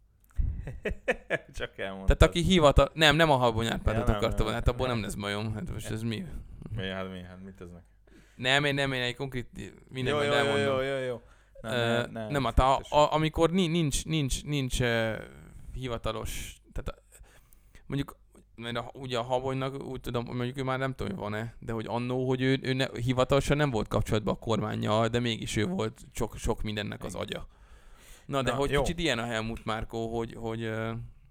Csak elmondtad. Tehát aki hivatal... Nem, nem a Habony Árpádot Ja, nem, akartam, nem. volna, hát abból nem lesz bajom. Hát most ez mi? Mi, hát mi, hát mit ez neki? Nem, én nem, én egy konkrét... Minden Jó, majd jó, jó, elmondom. jó, jó, jó. Nem, Ö, ne, ne, nem, hát a, fontos. a, amikor ni- nincs, nincs, nincs uh, hivatalos, tehát a, mondjuk, mert a, ugye a Habonynak úgy tudom, mondjuk ő már nem tudom, hogy van-e, de hogy annó, hogy ő, ő ne, hivatalosan nem volt kapcsolatban a kormánnyal, de mégis ő volt sok, sok mindennek az agya. Na, de Na, hogy jó. kicsit ilyen a Helmut Márkó, hogy, hogy uh,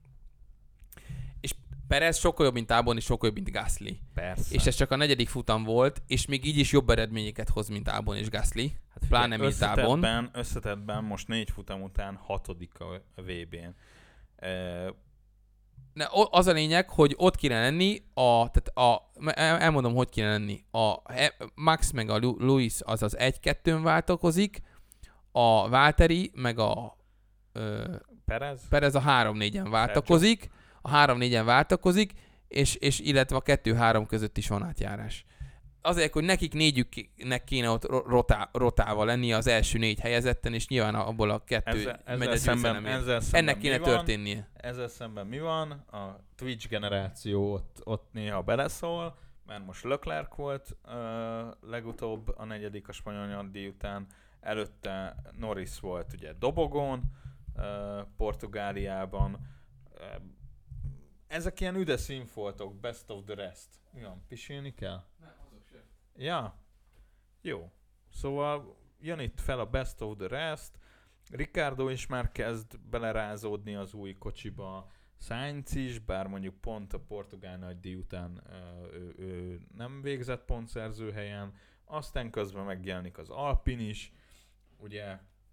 és Perez sokkal jobb, mint Albon, és sokkal jobb, mint Gasly. Persze. És ez csak a negyedik futam volt, és még így is jobb eredményeket hoz, mint Albon és Gasly. Hát pláne mint Albon. összetettben, összetettben most négy futam után hatodik a, a vé bén. E, Ne, o- az a lényeg, hogy ott kéne lenni, a, tehát a, el- elmondom, hogy kéne lenni. A He- Max meg a Lu- Lewis az az egy-kettőn váltakozik, a Valtteri meg a ö, Perez? Perez a három-négyen váltakozik, a három-négyen váltakozik, és, és illetve a kettő-három között is van átjárás. Azért, hogy nekik négyüknek kéne ott ro- rotá, rotálva lenni az első négy helyezetten, és nyilván abból a kettő Ezzel, megy ezzel, a szemben, győzelemért. ezzel szemben Ennek kéne mi van? történnie. Ezzel szemben mi van? A Twitch generáció ott, ott néha beleszól, mert most Leclerc volt uh, legutóbb a negyedik a spanyol nyugdíj után, előtte Norris volt ugye dobogón, uh, Portugáliában. Uh, ezek ilyen üde színfoltok, best of the rest. Mi van, pisilni kell? Nem, azok sem. Ja, jó. Szóval jön itt fel a best of the rest, Ricardo is már kezd belerázódni az új kocsiba, Sainz is, bár mondjuk pont a portugál nagydíj után uh, ő, ő nem végzett pontszerző helyen, aztán közben megjelenik az Alpine is, ugye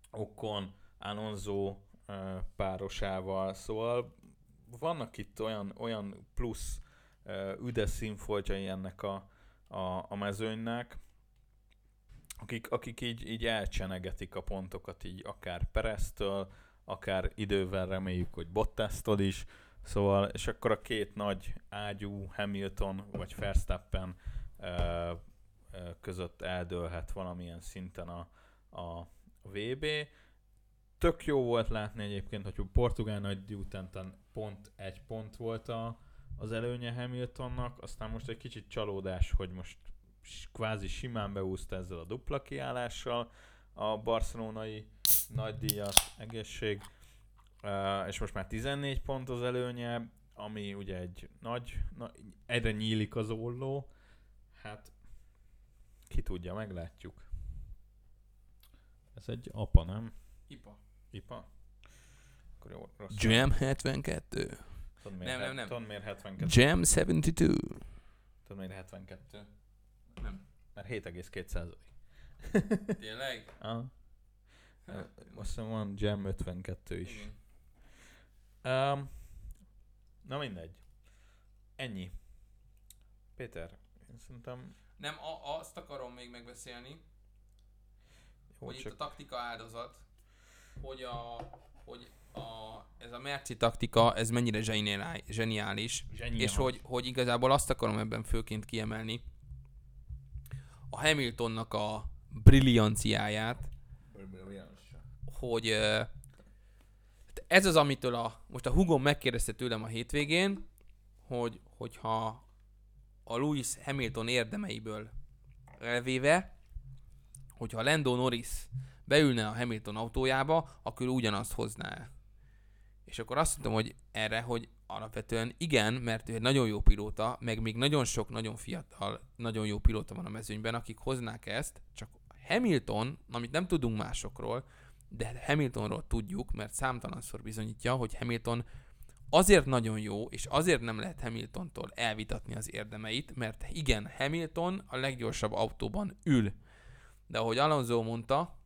Ocon, Alonso uh, párosával, szóval vannak itt olyan, olyan plusz uh, üdes színfoltjai ennek a, a, a mezőnynek, akik, akik így, így elcsenegetik a pontokat, így akár Pereztől, akár idővel reméljük, hogy Bottastól is, szóval, és akkor a két nagy ágyú Hamilton vagy Verstappen uh, uh, között eldőlhet valamilyen szinten a, a vé bé. Tök jó volt látni egyébként, hogy a portugál nagy után pont egy pont volt a, az előnye Hamiltonnak, aztán most egy kicsit csalódás, hogy most kvázi simán beúszta ezzel a dupla kiállással a barcelonai nagydíjat, egészség, uh, és most már tizennégy pont az előnye, ami ugye egy nagy, na, egyre nyílik az olló, hát ki tudja, meglátjuk. Ez egy apa, nem? Ipa. Ipa? Akkor jó, rossz. Jam hetvenkettő. Tudod, Nem, nem, nem. Tudod, miért hetvenkettő? Jam hetvenkettő. Tudod, miért hetvenkettő? Nem. Mert hét egész két százalék. Tényleg? Ah. Hát, Azt hiszem van Jam ötvenkettő is. igen. Um, na mindegy. Ennyi. Péter, én szerintem... Nem, a, azt akarom még megbeszélni, Jó, hogy itt csak... a taktika áldozat, hogy, a, hogy a, ez a Merci taktika, ez mennyire zseniális, zseniális Zseniális. és hogy, hogy igazából azt akarom ebben főként kiemelni, a Hamiltonnak a brillianciáját, hogy uh, ez az, amitől a, most a húgom megkérdezte tőlem a hétvégén, hogy, hogyha a Lewis Hamilton érdemeiből elvéve, hogyha Lando Norris beülne a Hamilton autójába, akkor ugyanazt hozná el. És akkor azt mondtam, hogy erre, hogy alapvetően igen, mert ő egy nagyon jó pilóta, meg még nagyon sok, nagyon fiatal, nagyon jó pilóta van a mezőnyben, akik hoznák ezt, csak Hamilton, amit nem tudunk másokról, de Hamiltonról tudjuk, mert számtalanszor bizonyítja, hogy Hamilton azért nagyon jó, és azért nem lehet Hamiltontól elvitatni az érdemeit, mert igen, Hamilton a leggyorsabb autóban ül. De ahogy Alonso mondta,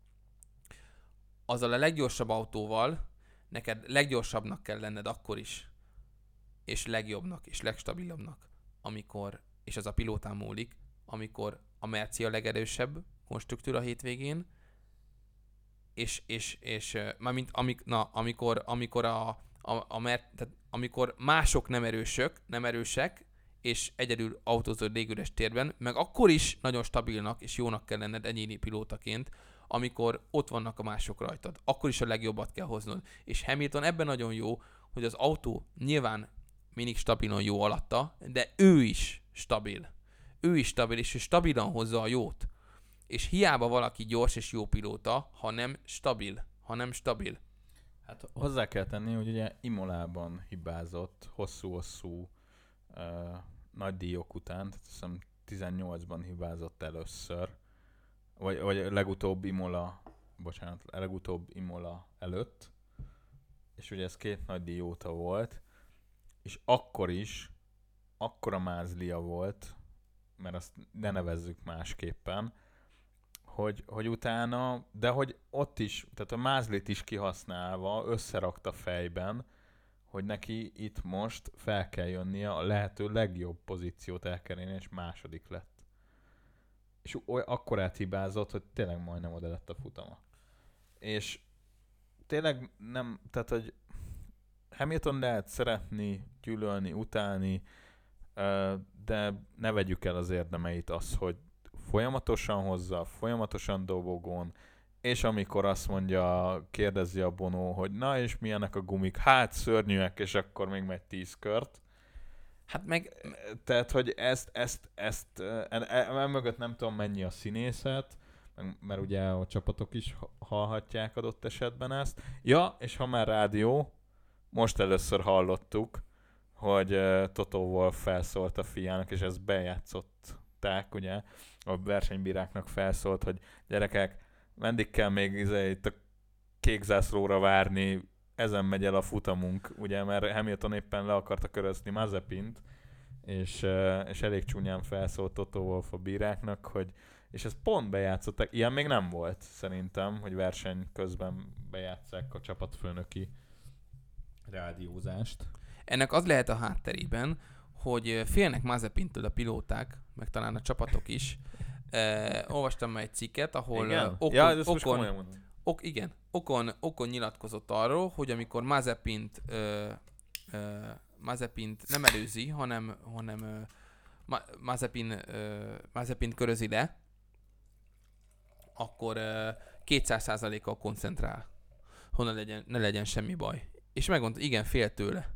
azzal a leggyorsabb autóval neked leggyorsabbnak kell lenned akkor is, és legjobbnak, és legstabilabbnak, amikor, és az a pilótán múlik, amikor a Merci a legerősebb konstruktúra a hétvégén, és, és, és mármint amik, na, amikor, amikor a, a, a Mer, tehát amikor mások nem erősök, nem erősek, és egyedül autózod légüres térben, meg akkor is nagyon stabilnak és jónak kell lenned egyéni pilótaként, amikor ott vannak a mások rajtad. Akkor is a legjobbat kell hoznod. És Hamilton ebben nagyon jó, hogy az autó nyilván mindig stabilan jó alatta, de ő is stabil. Ő is stabil, és ő stabilan hozza a jót. És hiába valaki gyors és jó pilóta, ha nem stabil. Ha nem stabil. Hát hozzá kell tenni, hogy ugye Imolában hibázott hosszú-hosszú uh, nagy díjok után, tehát azt hiszem tizennyolcban hibázott először, vagy, vagy legutóbb Imola, bocsánat, legutóbb Imola előtt, és ugye ez két nagy díj óta volt, és akkor is akkora mázlia volt, mert azt ne nevezzük másképpen, hogy, hogy utána, de hogy ott is, tehát a mázlit is kihasználva összerakta fejben, hogy neki itt most fel kell jönnie, a lehető legjobb pozíciót el kell érni, és második lett. És oly, akkor áthibázott, hogy tényleg majdnem oda lett a futama. És tényleg nem, tehát hogy Hamilton lehet szeretni, gyűlölni, utálni, de ne vegyük el az érdemeit az, hogy folyamatosan hozza, folyamatosan dobogón, és amikor azt mondja, kérdezi a Bono, hogy na és milyenek a gumik, hát szörnyűek, és akkor még megy tíz kört. Hát meg... Tehát, hogy ezt, ezt, ezt, emögött nem tudom mennyi a színészet, mert ugye a csapatok is hallhatják adott esetben ezt. Ja, és ha már rádió, most először hallottuk, hogy Toto Wolff felszólt a fiának, és ezt bejátszották, ugye, a versenybíráknak felszólt, hogy gyerekek, meddig kell még izé, itt a kék zászlóra várni, ezen megy el a futamunk, ugye, mert Hamilton éppen le akarta körözni Mazepint, és, és elég csúnyán felszólt Toto Wolff a bíráknak, hogy És ezt pont bejátszották, ilyen még nem volt szerintem, hogy verseny közben bejátsszák a csapatfőnöki rádiózást. Ennek az lehet a hátterében, hogy félnek Mazepintől a pilóták, meg talán a csapatok is. Eh, olvastam már egy cikket, ahol Igen? okon, Ja, ezt okon, most mondom. ok, igen, okon, okon nyilatkozott arról, hogy amikor Mazepint, ö, ö, Mazepint nem előzi, hanem, hanem ö, Ma, Mazepin, ö, Mazepint körözi le, akkor ö, kétszáz százalékkal koncentrál, hogy ne legyen, ne legyen semmi baj. És megmondta, igen, fél tőle.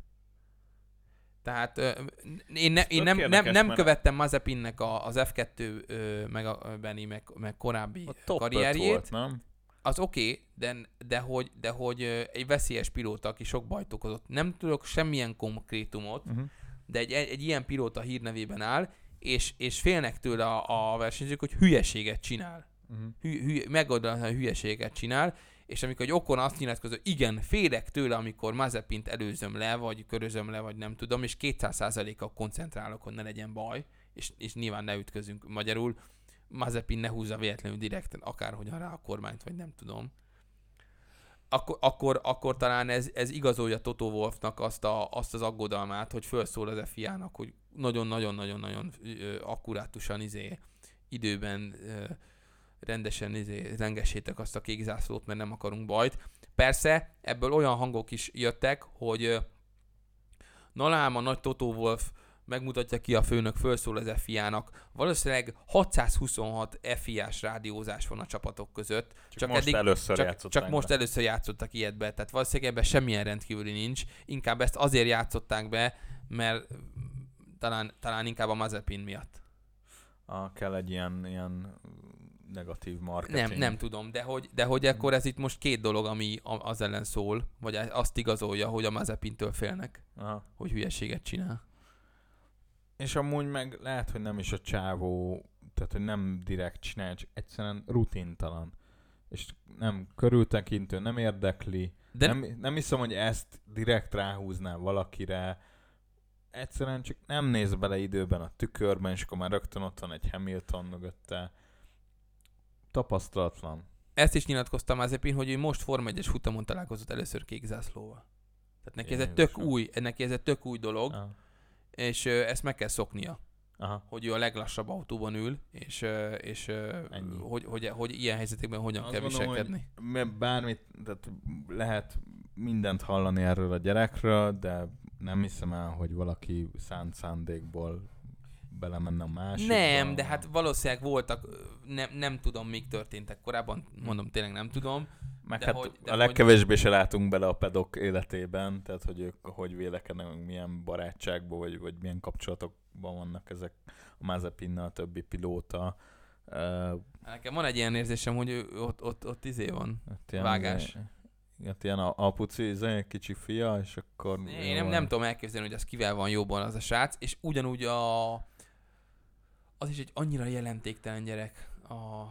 Tehát ö, én, ne, én nem, nem, nem követtem Mazepinnek a, az ef kettő ö, meg, a, Benny, meg, meg korábbi karrierjét. Volt, nem? Az oké, okay, de, de, hogy, de hogy ö, egy veszélyes pilóta, aki sok bajt okozott. Nem tudok semmilyen konkrétumot, uh-huh. de egy, egy, egy ilyen pilóta hírnevében áll, és, és félnek tőle a, a versenyzők, hogy hülyeséget csinál. Uh-huh. Hü, hü, megoldatlan hülyeséget csinál, és amikor egy Ocon azt nyilatkozó, igen, félek tőle, amikor Mazepint előzöm le, vagy körözöm le, vagy nem tudom, és kétszáz százalékkal koncentrálok, hogy ne legyen baj, és, és nyilván ne ütközünk magyarul, Mazepin ne húzza véletlenül direkten, akárhogyan rá a kormányt, vagy nem tudom. Akkor, akkor, akkor talán ez, ez igazolja Toto Wolffnak azt, a, azt az aggodalmát, hogy felszól az ef i á-nak, hogy nagyon-nagyon-nagyon-nagyon akkurátusan izé, időben ö, rendesen izé, rengessétek azt a kék zászlót, mert nem akarunk bajt. Persze, ebből olyan hangok is jöttek, hogy na lám, a nagy Toto Wolff megmutatja ki a főnök, felszól az ef i á-nak. Valószínűleg hatszázhuszonhat ef i á-s rádiózás van a csapatok között. Csak, csak most eddig, először csak, játszottak Csak most be. először játszottak ilyet be. Tehát valószínűleg ebben semmilyen rendkívüli nincs. Inkább ezt azért játszották be, mert talán, talán inkább a Mazepin miatt. Ah, kell egy ilyen, ilyen negatív marketing. Nem, nem tudom, de hogy, de hogy akkor ez itt most két dolog, ami az ellen szól, vagy azt igazolja, hogy a Mazepintől félnek, aha. hogy hülyeséget csinál. És amúgy meg lehet, hogy nem is a csávó, tehát hogy nem direkt csinál, csak egyszerűen rutintalan. És nem körültekintő, nem érdekli. De nem, nem hiszem, hogy ezt direkt ráhúzná valakire. Egyszerűen csak nem néz bele időben a tükörben, és akkor már rögtön ott van egy Hamilton mögötte. Tapasztalatlan. Ezt is nyilatkoztam Mazepin, hogy ő most Forma egyes futamon találkozott először kék zászlóval. Tehát neki ez egy tök új, neki ez egy tök új dolog. Aha. És ö, ezt meg kell szoknia, aha. hogy ő a leglassabb autóban ül, és, ö, és ö, hogy, hogy, hogy ilyen helyzetekben hogyan azt kell gondolom, viselkedni. Bármit, tehát lehet mindent hallani erről a gyerekről, de nem hiszem el, hogy valaki szánt szándékból belemenne a másikba. Nem, de hát valószínűleg voltak, nem, nem tudom, mik történtek korábban, mondom, tényleg nem tudom. Meg de hát hogy, de a legkevésbé hogy... se látunk bele a pedok életében, tehát hogy ők hogy vélekednek, milyen barátságban, vagy, vagy milyen kapcsolatokban vannak ezek a Mazepinnal, a többi pilóta. Uh, Nekem van egy ilyen érzésem, hogy ott, ott, ott izé van, hát vágás. Hát ilyen apuci, izé, kicsi fia, és akkor... Én nem, nem tudom elképzelni, hogy az kivel van jobban az a srác, és ugyanúgy a... Az is egy annyira jelentéktelen gyerek. A...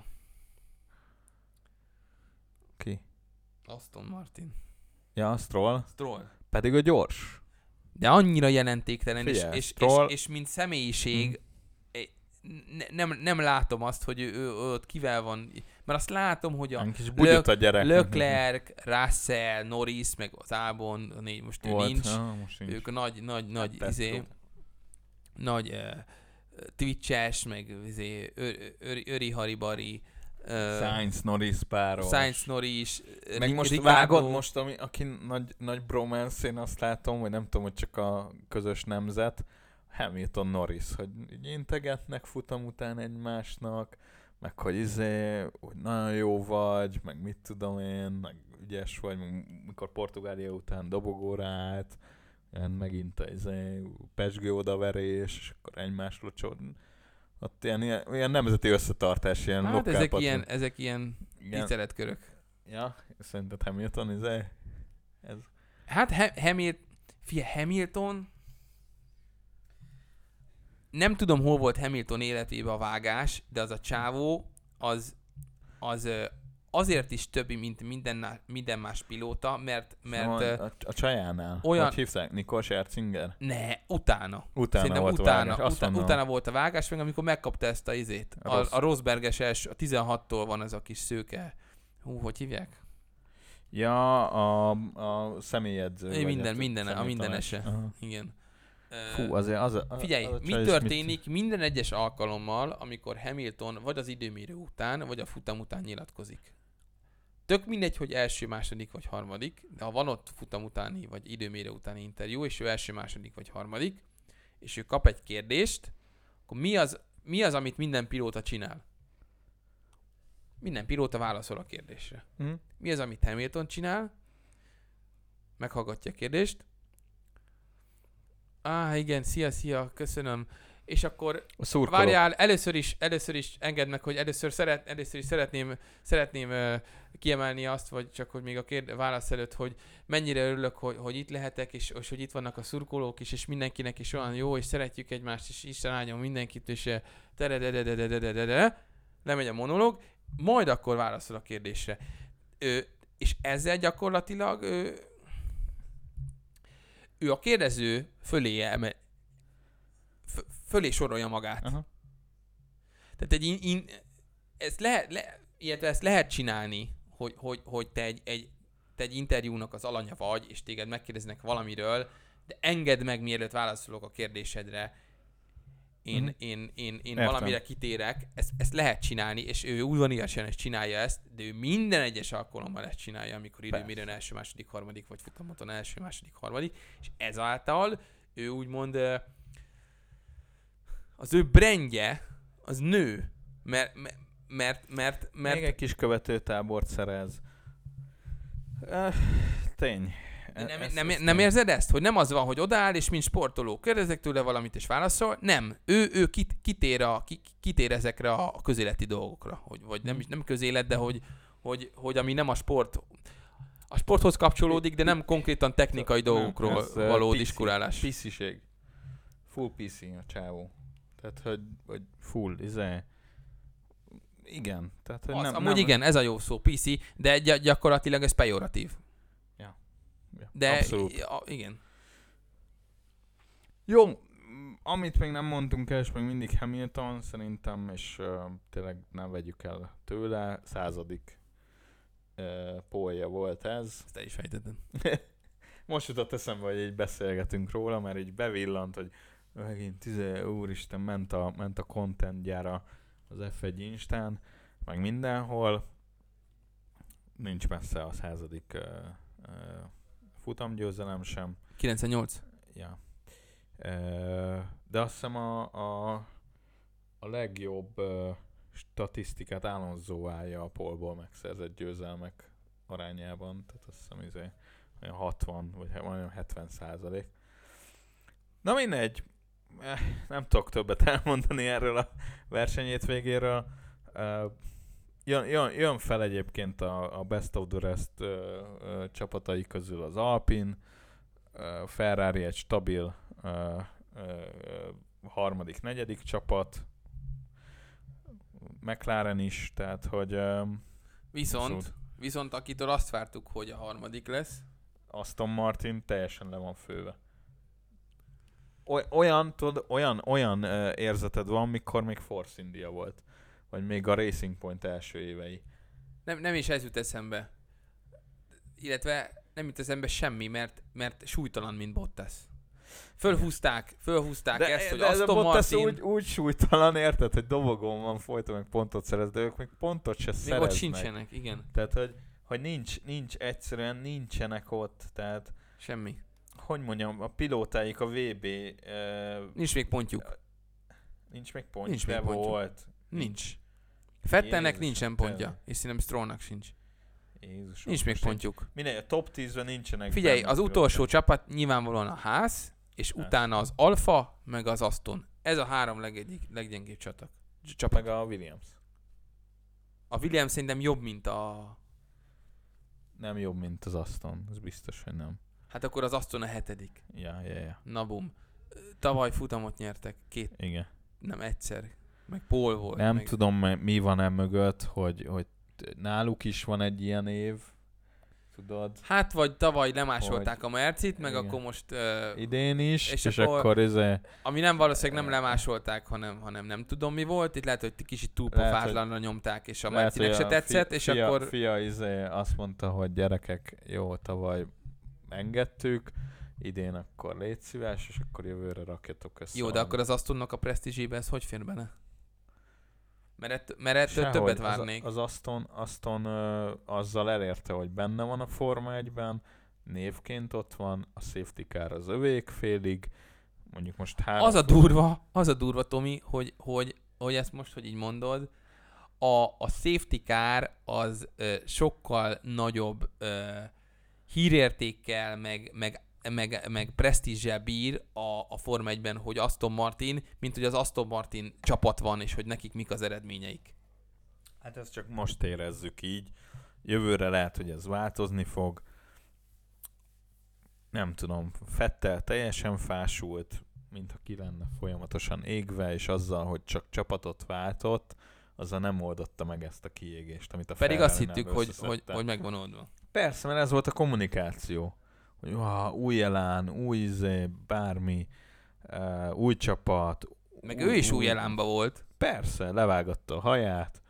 Ki? Aston Martin. Ja, Stroll. Stroll. Pedig ő gyors. De annyira jelentéktelen, Figyelj, és, és, és, és mint személyiség hmm. ne, nem, nem látom azt, hogy ő, ő, ő ott kivel van. Mert azt látom, hogy a, Le- a Leclerc, Russell, Norris, meg az Albon, négy, most ő Volt. nincs. Ha, most nincs. Ők a nagy, nagy, nagy, hát izé, nagy uh, Twitch-es, meg izé, Öri Öri Öri Haribari, Uh, Sainz Norris páros. Sainz Norris, meg most Ricardo. Vágod most, ami, aki nagy, nagy bromance, én azt látom, vagy nem tudom, hogy csak a közös nemzet, Hamilton Norris, hogy integetnek futam után egymásnak, meg hogy izé, hogy nagyon jó vagy, meg mit tudom én, meg ügyes vagy, meg mikor Portugália után dobogóra állt, megint az izé, pezsgő odaverés, és akkor egymásról csod. Ott ilyen, ilyen, ilyen nemzeti összetartás, ilyen hát lokál ezek patron. ilyen, ezek ilyen tiszteletkörök. Ja, szerinted Hamilton, ez ez? Hát ha- Hamilton, fia, Hamilton, nem tudom, hol volt Hamilton életében a vágás, de az a csávó, az, az, azért is többi, mint minden, minden más pilóta, mert... mert a, a, a csajánál. Olyan... Hogy hívták? Nikol Scherzinger? Ne, utána. Utána Szerintem volt utána, a vágás. utána, utána volt a vágás, meg amikor megkapta ezt a izét. A, Rossz. a Rosberges első, a tizenhattól van ez a kis szőke. Hú, hogy hívják? Ja, a, a személyedző. É, minden, minden, a mindenese. Aha. Igen. Fú, azért az, az Figyelj, az a mi történik mit... minden egyes alkalommal, amikor Hamilton vagy az időmérő után, vagy a futam után nyilatkozik? Tök mindegy, hogy első, második vagy harmadik, de ha van ott futam utáni, vagy időmérő utáni interjú, és ő első, második vagy harmadik, és ő kap egy kérdést, akkor mi az, mi az amit minden pilóta csinál? Minden pilóta válaszol a kérdésre. Mm. Mi az, amit Hamilton csinál? Meghallgatja a kérdést. Á, igen, szia, szia, köszönöm. És akkor várjál, először is, először is engedd meg, hogy először, szeret, először is szeretném, szeretném uh, kiemelni azt, vagy csak hogy még a kérd, válasz előtt, hogy mennyire örülök, hogy, hogy itt lehetek, és, és hogy itt vannak a szurkolók is, és mindenkinek is olyan jó, és szeretjük egymást, és Isten áldjon mindenkit, és teredededededededede, lemegy a monológ, majd akkor válaszol a kérdésre. Ö, és ezzel gyakorlatilag ö, ő a kérdező fölé emel, f- fölé sorolja magát. Aha. Tehát egy in, in, ezt, lehet, le, illetve ezt lehet csinálni, hogy, hogy, hogy te, egy, egy, te egy interjúnak az alanya vagy, és téged megkérdeznek valamiről, de engedd meg, mielőtt válaszolok a kérdésedre. Én, mm-hmm. én, én, én valamire kitérek, ezt, ezt lehet csinálni, és ő udvariasan is csinálja ezt, de ő minden egyes alkalommal ezt csinálja, amikor időmérőn első, második, harmadik, vagy futamaton első, második, harmadik, és ezáltal ő úgymond az ő brandje az nő, mert, mert, mert, mert még egy kis követőtábort szerez. Uh, tény. De nem, ez, nem, ez nem érzed ezt? Hogy nem az van, hogy odaáll, és mint sportoló kérdezek tőle valamit, és válaszol? Nem. Ő, ő kit, kitér, a, kitér ezekre a közéleti dolgokra. Hogy, vagy nem, nem közélet, de hogy, hogy, hogy ami nem a sport... A sporthoz kapcsolódik, de nem konkrétan technikai dolgokról nem, való P C, diskurálás. Pisziség. Full pé cé a csávó. Tehát, hogy, hogy full, izé... Igen. Tehát, hogy Az, nem, amúgy nem, igen, ez a jó szó, pé cé, de gy- gyakorlatilag ez pejoratív. Ja. Ja, de abszolút. Ja, igen. Jó, amit még nem mondtunk el, és még mindig Hamilton szerintem, és uh, tényleg nem vegyük el tőle, századik uh, pólja volt ez. Ezt te is fejtetted. Most jutott eszembe, hogy így beszélgetünk róla, mert így bevillant, hogy megint tizé, úristen, ment a, ment a content gyára az ef egy Instán, meg mindenhol. Nincs messze a századik uh, uh, futamgyőzelem sem. kilencvennyolc. Ja. Uh, de azt hiszem a, a, a legjobb uh, statisztikát Alonso állja a pólból megszerzett győzelmek arányában. Tehát azt hiszem izé, olyan hatvan vagy olyan hetven százalék. Na mindegy, eh, nem tudok többet elmondani erről a versenyét végéről. Uh, jön, jön, jön fel egyébként a, a Best of the Rest uh, uh, csapatai közül az Alpine, uh, Ferrari egy stabil uh, uh, harmadik, negyedik csapat, McLaren is, tehát hogy... Um, viszont, abszolút. viszont akitől azt vártuk, hogy a harmadik lesz. Aston Martin teljesen le van főve. Olyan, tudod, olyan, olyan uh, érzeted van, mikor még Force India volt. Vagy még a Racing Point első évei. Nem, nem is ez jut eszembe. Illetve nem jut eszembe semmi, mert, mert súlytalan, mint Bottas. Fölhúzták, fölhúzták de, ezt, hogy de Aston ez a Bottas Martin... úgy, úgy súlytalan, érted, hogy dobogón van, folyton meg pontot szerez, de ők még pontot se még szereznek. ott sincsenek, igen. Tehát, hogy, hogy nincs, nincs egyszerűen, nincsenek ott, tehát... Semmi. Hogy mondjam, a pilótáik a vé bé... Uh, nincs még pontjuk. Nincs még pontjuk, nincs de még pontjuk. volt. Nincs. Fettelnek Jézus, nincsen pontja, és szerintem Strollnak sincs. Jézus, nincs még pontjuk. Mindegy, a top tízben nincsenek. Figyelj, az utolsó csapat nyilvánvalóan a Haas, és Haas. Utána az Alfa, meg az Aston. Ez a három legegyik, leggyengébb csatak. Meg a Williams. A Williams szerintem jobb, mint a... Nem jobb, mint az Aston, ez biztos, hogy nem. Hát akkor az Aston a hetedik. Ja, ja, ja. Na bum. Tavaly futamot nyertek, két... Igen. Nem egyszer. Meg pole volt. Nem meg... tudom, mi van e mögött, hogy, hogy náluk is van egy ilyen év, tudod. Hát vagy tavaly lemásolták a Mercit, meg igen. Akkor most... Uh, idén is, és, és akkor, akkor ez... Ami nem valószínűleg nem lemásolták, hanem, hanem nem tudom mi volt. Itt lehet, hogy kicsit túlpofátlanra nyomták, és a Mercinek se tetszett, fi, és fia, akkor... Fia izé azt mondta, hogy gyerekek, jó, tavaly engedtük, idén akkor légy szíves, és akkor jövőre rakjatok össze. Jó, de akkor az Astonnak a presztízsébe ez hogy fér bele? Mert, ett, mert ettől többet várnék. Az, az Aston, Aston ö, azzal elérte, hogy benne van a Forma egyben, névként ott van, a safety car az övék félig, mondjuk most három... Az a durva, az a durva, Tomi, hogy, hogy, hogy ezt most, hogy így mondod, a, a safety car az ö, sokkal nagyobb ö, hírértékkel, meg, meg meg, meg presztízsel bír a, a Forma egyben, hogy Aston Martin, mint hogy az Aston Martin csapat van, és hogy nekik mik az eredményeik. Hát ezt csak most érezzük így. Jövőre lehet, hogy ez változni fog. Nem tudom, Vettel teljesen fásult, mintha ki lenne folyamatosan égve, és azzal, hogy csak csapatot váltott, azzal nem oldotta meg ezt a kiégést, amit a Pedig azt hittük, hogy, hogy, hogy megvan oldva. Persze, mert ez volt a kommunikáció. Hogy ah, új elán, új izé, bármi, uh, új csapat. Meg új, ő is új, új elánba volt. Persze, levágatta a haját.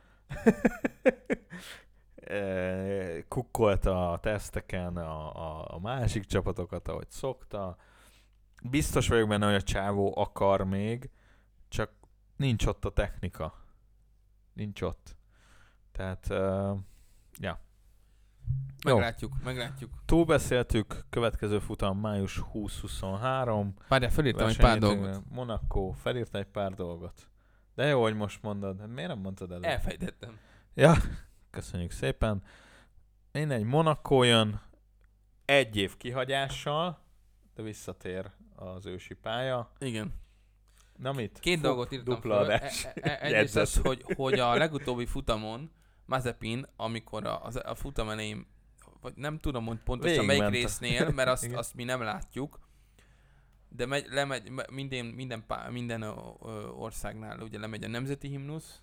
Kukkolta a teszteken a, a, a másik csapatokat, ahogy szokta. Biztos vagyok benne, hogy a csávó akar még, csak nincs ott a technika. Nincs ott. Tehát, uh, ja. Meglátjuk, Jó. meglátjuk. Túlbeszéltük, következő futam május huszonhárom. Várjál, felírtam egy pár dolgot. Monaco, felírta egy pár dolgot. De jó, hogy most mondod. Miért nem mondtad előtt? Elfejtettem. Ja, köszönjük szépen. Én egy Monaco jön, egy év kihagyással, de visszatér az ősi pálya. Igen. Na mit? Két Fuk, dolgot írtam dupla föl. adás. E- e- egyrészt az, hogy, hogy a legutóbbi futamon Mazepin, amikor a, a, a futam elején, vagy nem tudom, hogy pontosan melyik résznél, mert azt, azt mi nem látjuk, de megy, lemegy, minden, minden, minden országnál ugye lemegy a nemzeti himnusz.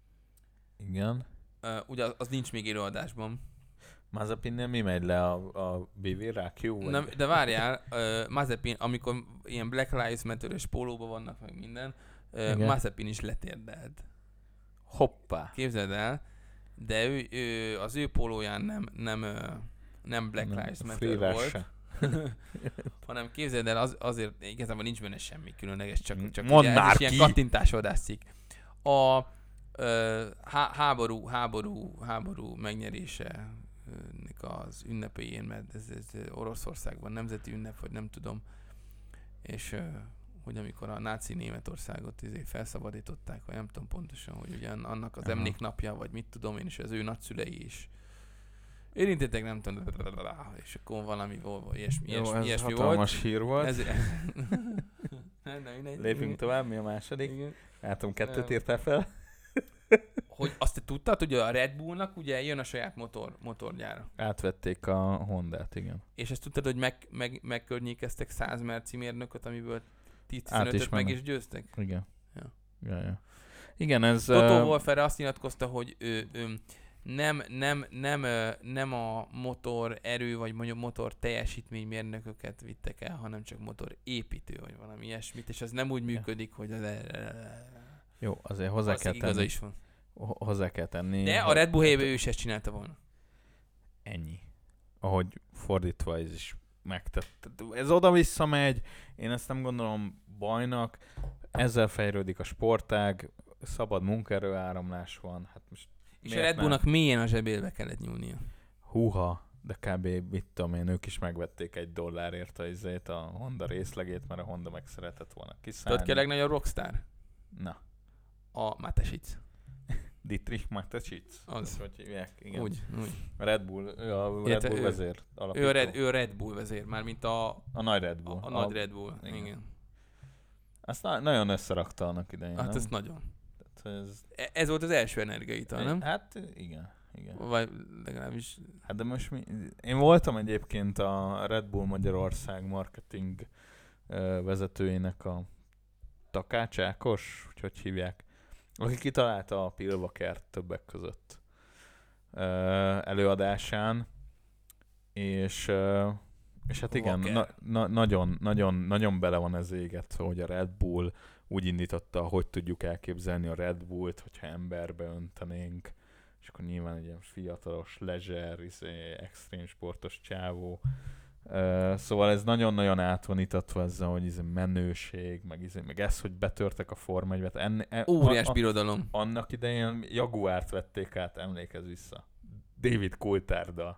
Igen. Uh, ugye az, az nincs még élőadásban. Mazepinnél mi megy le a, a bé vé rákjú? Nem, de várjál, uh, Mazepin, amikor ilyen Black Lives Matter-ös pólóban vannak, meg minden, uh, Mazepin is letérdelt. Hoppá! Képzeld el, de ő, ő, az ő pólóján nem, nem, nem Black nem, Lives Matter volt, hanem képzeld el, az, azért igazából nincs benne semmi különleges, csak, csak ugye, ez is ilyen kattintásvadásszik. A ö, há, háború, háború, háború megnyerése az ünnepéjén, mert ez, ez Oroszországban nemzeti ünnep, vagy nem tudom, és ö, hogy amikor a náci Németországot izé felszabadították, vagy nem tudom pontosan, hogy ugye annak az Aha. emléknapja, vagy mit tudom én, és az ő nagyszülei is érintettek, nem tudom, és akkor valami volt, ilyesmi, Jó, ilyesmi, ez ilyesmi hatalmas volt. hír volt. Ez... nem, nem, nem, Lépünk nem. tovább, mi a második? Igen. Látom, kettőt írtál fel. Hogy azt te tudtad, hogy a Red Bullnak ugye jön a saját motor, motorgyára. Átvették a Hondát, igen. És ezt tudtad, hogy meg, meg, megkörnyékeztek száz merci mérnököt, amiből tíz-tizenötöt meg is győztek? Igen. Ja. Ja, ja. Igen, ez... Toto uh... Wolff erre azt nyilatkozta, hogy ő, ő nem, nem, nem, nem a motor erő, vagy mondjuk motor teljesítménymérnököket vittek el, hanem csak motor építő, vagy valami ilyesmit, és ez nem úgy működik, hogy az... Jó, azért hozzá kell tenni. is van. Hozzá kell tenni. De a Red Bull helyében ő is ezt csinálta volna. Ennyi. Ahogy fordítva ez is megtett. Ez oda-vissza megy, én ezt nem gondolom bajnak, ezzel fejlődik a sportág, szabad munkaerő áramlás van. Hát most és a Red Bullnak mélyen a zsebébe kellett nyúlnia. Húha, de kb. Mit tudom én, ők is megvették egy dollárért a, izét, a Honda részlegét, mert a Honda meg szeretett volna kiszállni. Tudod ki a legnagyobb rockstar? Na. A Mateschitz. Dietrich Mateschitz. Az. Hogy hívják? Igen. Úgy, úgy. A Red Bull, ő a Red Ilyet, Bull ő, vezér. Ő a Red, ő a Red Bull vezér, mármint a... A nagy Red Bull. A, a nagy Red Bull, igen. igen. Azt na- nagyon összerakta annak idején, Hát nem? ez nagyon. Tehát ez... ez volt az első energiaital, nem? Hát igen. igen. Vagy legalábbis... Hát de most mi... Én voltam egyébként a Red Bull Magyarország marketing vezetőjének a Takács Ákos, hogy hívják, aki kitalálta a Pilvakert többek között. előadásán, és, és hát igen, na, na, nagyon, nagyon, nagyon bele van ez égetve, hogy a Red Bull úgy indította, hogy tudjuk elképzelni a Red Bullt, hogyha emberbe öntenénk, és akkor nyilván egy ilyen fiatalos, leisure, extrém sportos csávó. Uh, szóval ez nagyon-nagyon át van itatva ezzel, hogy ez menőség, meg, ez, meg ez, hogy betörtek a Forma egyet. En, en, Óriás birodalom. Annak idején Jaguárt vették át, emlékezz vissza. David Coulthard-dal.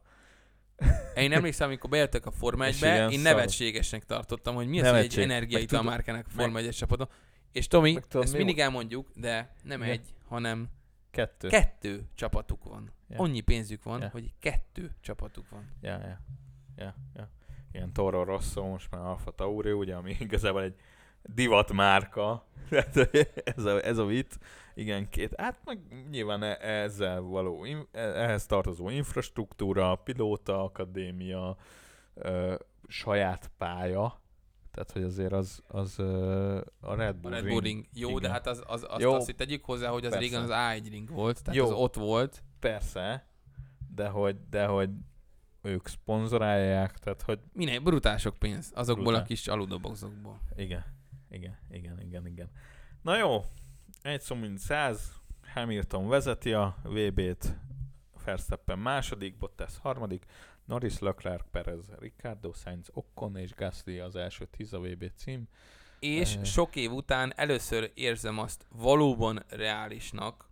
Én emlékszem, amikor bejöttek a Forma egybe, én nevetségesnek tartottam, hogy mi az, hogy egy energiaital márkának Forma egyes csapaton. És Tomi, ezt mi mindig elmondjuk, de nem meg egy, hanem kettő. kettő csapatuk van. Yeah. Annyi pénzük van, yeah. hogy kettő csapatuk van. Ja, ja, ja, ja. Ilyen Toro Rosso, most már Alfa Tauri, ugye, ami igazából egy divat márka. ez, a, ez a vicc. Igen, két. Hát meg nyilván ezzel való, ehhez tartozó infrastruktúra, pilóta, akadémia, ö, saját pálya. Tehát, hogy azért az, az uh, a Red Bull, a Red Ring. Bull Ring. Jó, igen. De hát az, az, azt, Jó, azt itt tegyük hozzá, hogy az persze. Régen az á egy ring volt, tehát jó, az ott volt. Persze, de hogy, de hogy ők szponzorálják, tehát hogy... Minél brutális sok pénz, azokból brutál. A kis aludobozokból. Igen, igen, igen, igen, igen. Na jó, egy szó mint száz, Hamilton vezeti a vé bét, Verstappen második, Bottas harmadik, Norris, Leclerc, Perez, Ricciardo, Sainz, Ocon és Gasly az első tíz a vé bé cím. És uh, sok év után először érzem azt valóban reálisnak,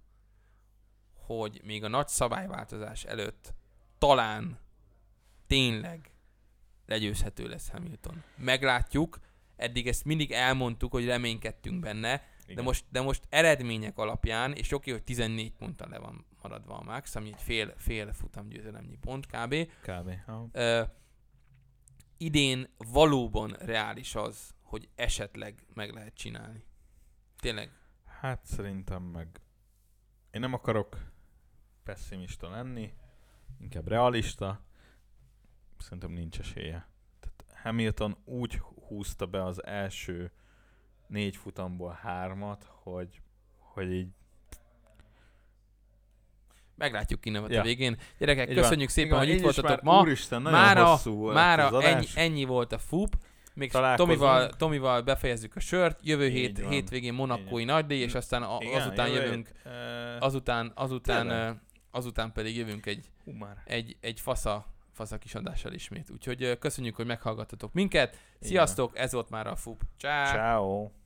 hogy még a nagy szabályváltozás előtt talán tényleg legyőzhető lesz Hamilton. Meglátjuk, eddig ezt mindig elmondtuk, hogy reménykedtünk benne, de most, de most eredmények alapján, és oké, hogy tizennégy ponttal le van maradva a Max, ami egy fél, fél futamgyőzelemnyi pont kb. Kb. Uh, idén valóban reális az, hogy esetleg meg lehet csinálni. Tényleg. Hát szerintem meg én nem akarok pessimista lenni, inkább realista. Szerintem nincs esélye. Tehát Hamilton úgy húzta be az első négy futamból hármat, hogy, hogy így meglátjuk ki nevet ja. a végén. Gyerekek, így köszönjük van. szépen, igen, hogy itt voltatok már, ma. Úristen, mára volt mára ennyi, ennyi volt a fúp. Még Tomival, Tomival befejezzük a sört. Jövő hét, hétvégén monakói nagydíj, és aztán a, igen, azután jövünk, hét, azután, azután, azután pedig jövünk egy, egy, egy fasza, fasza kis adással ismét. Úgyhogy köszönjük, hogy meghallgattatok minket. Sziasztok, ez volt már a fúp. Ciao. Ciao.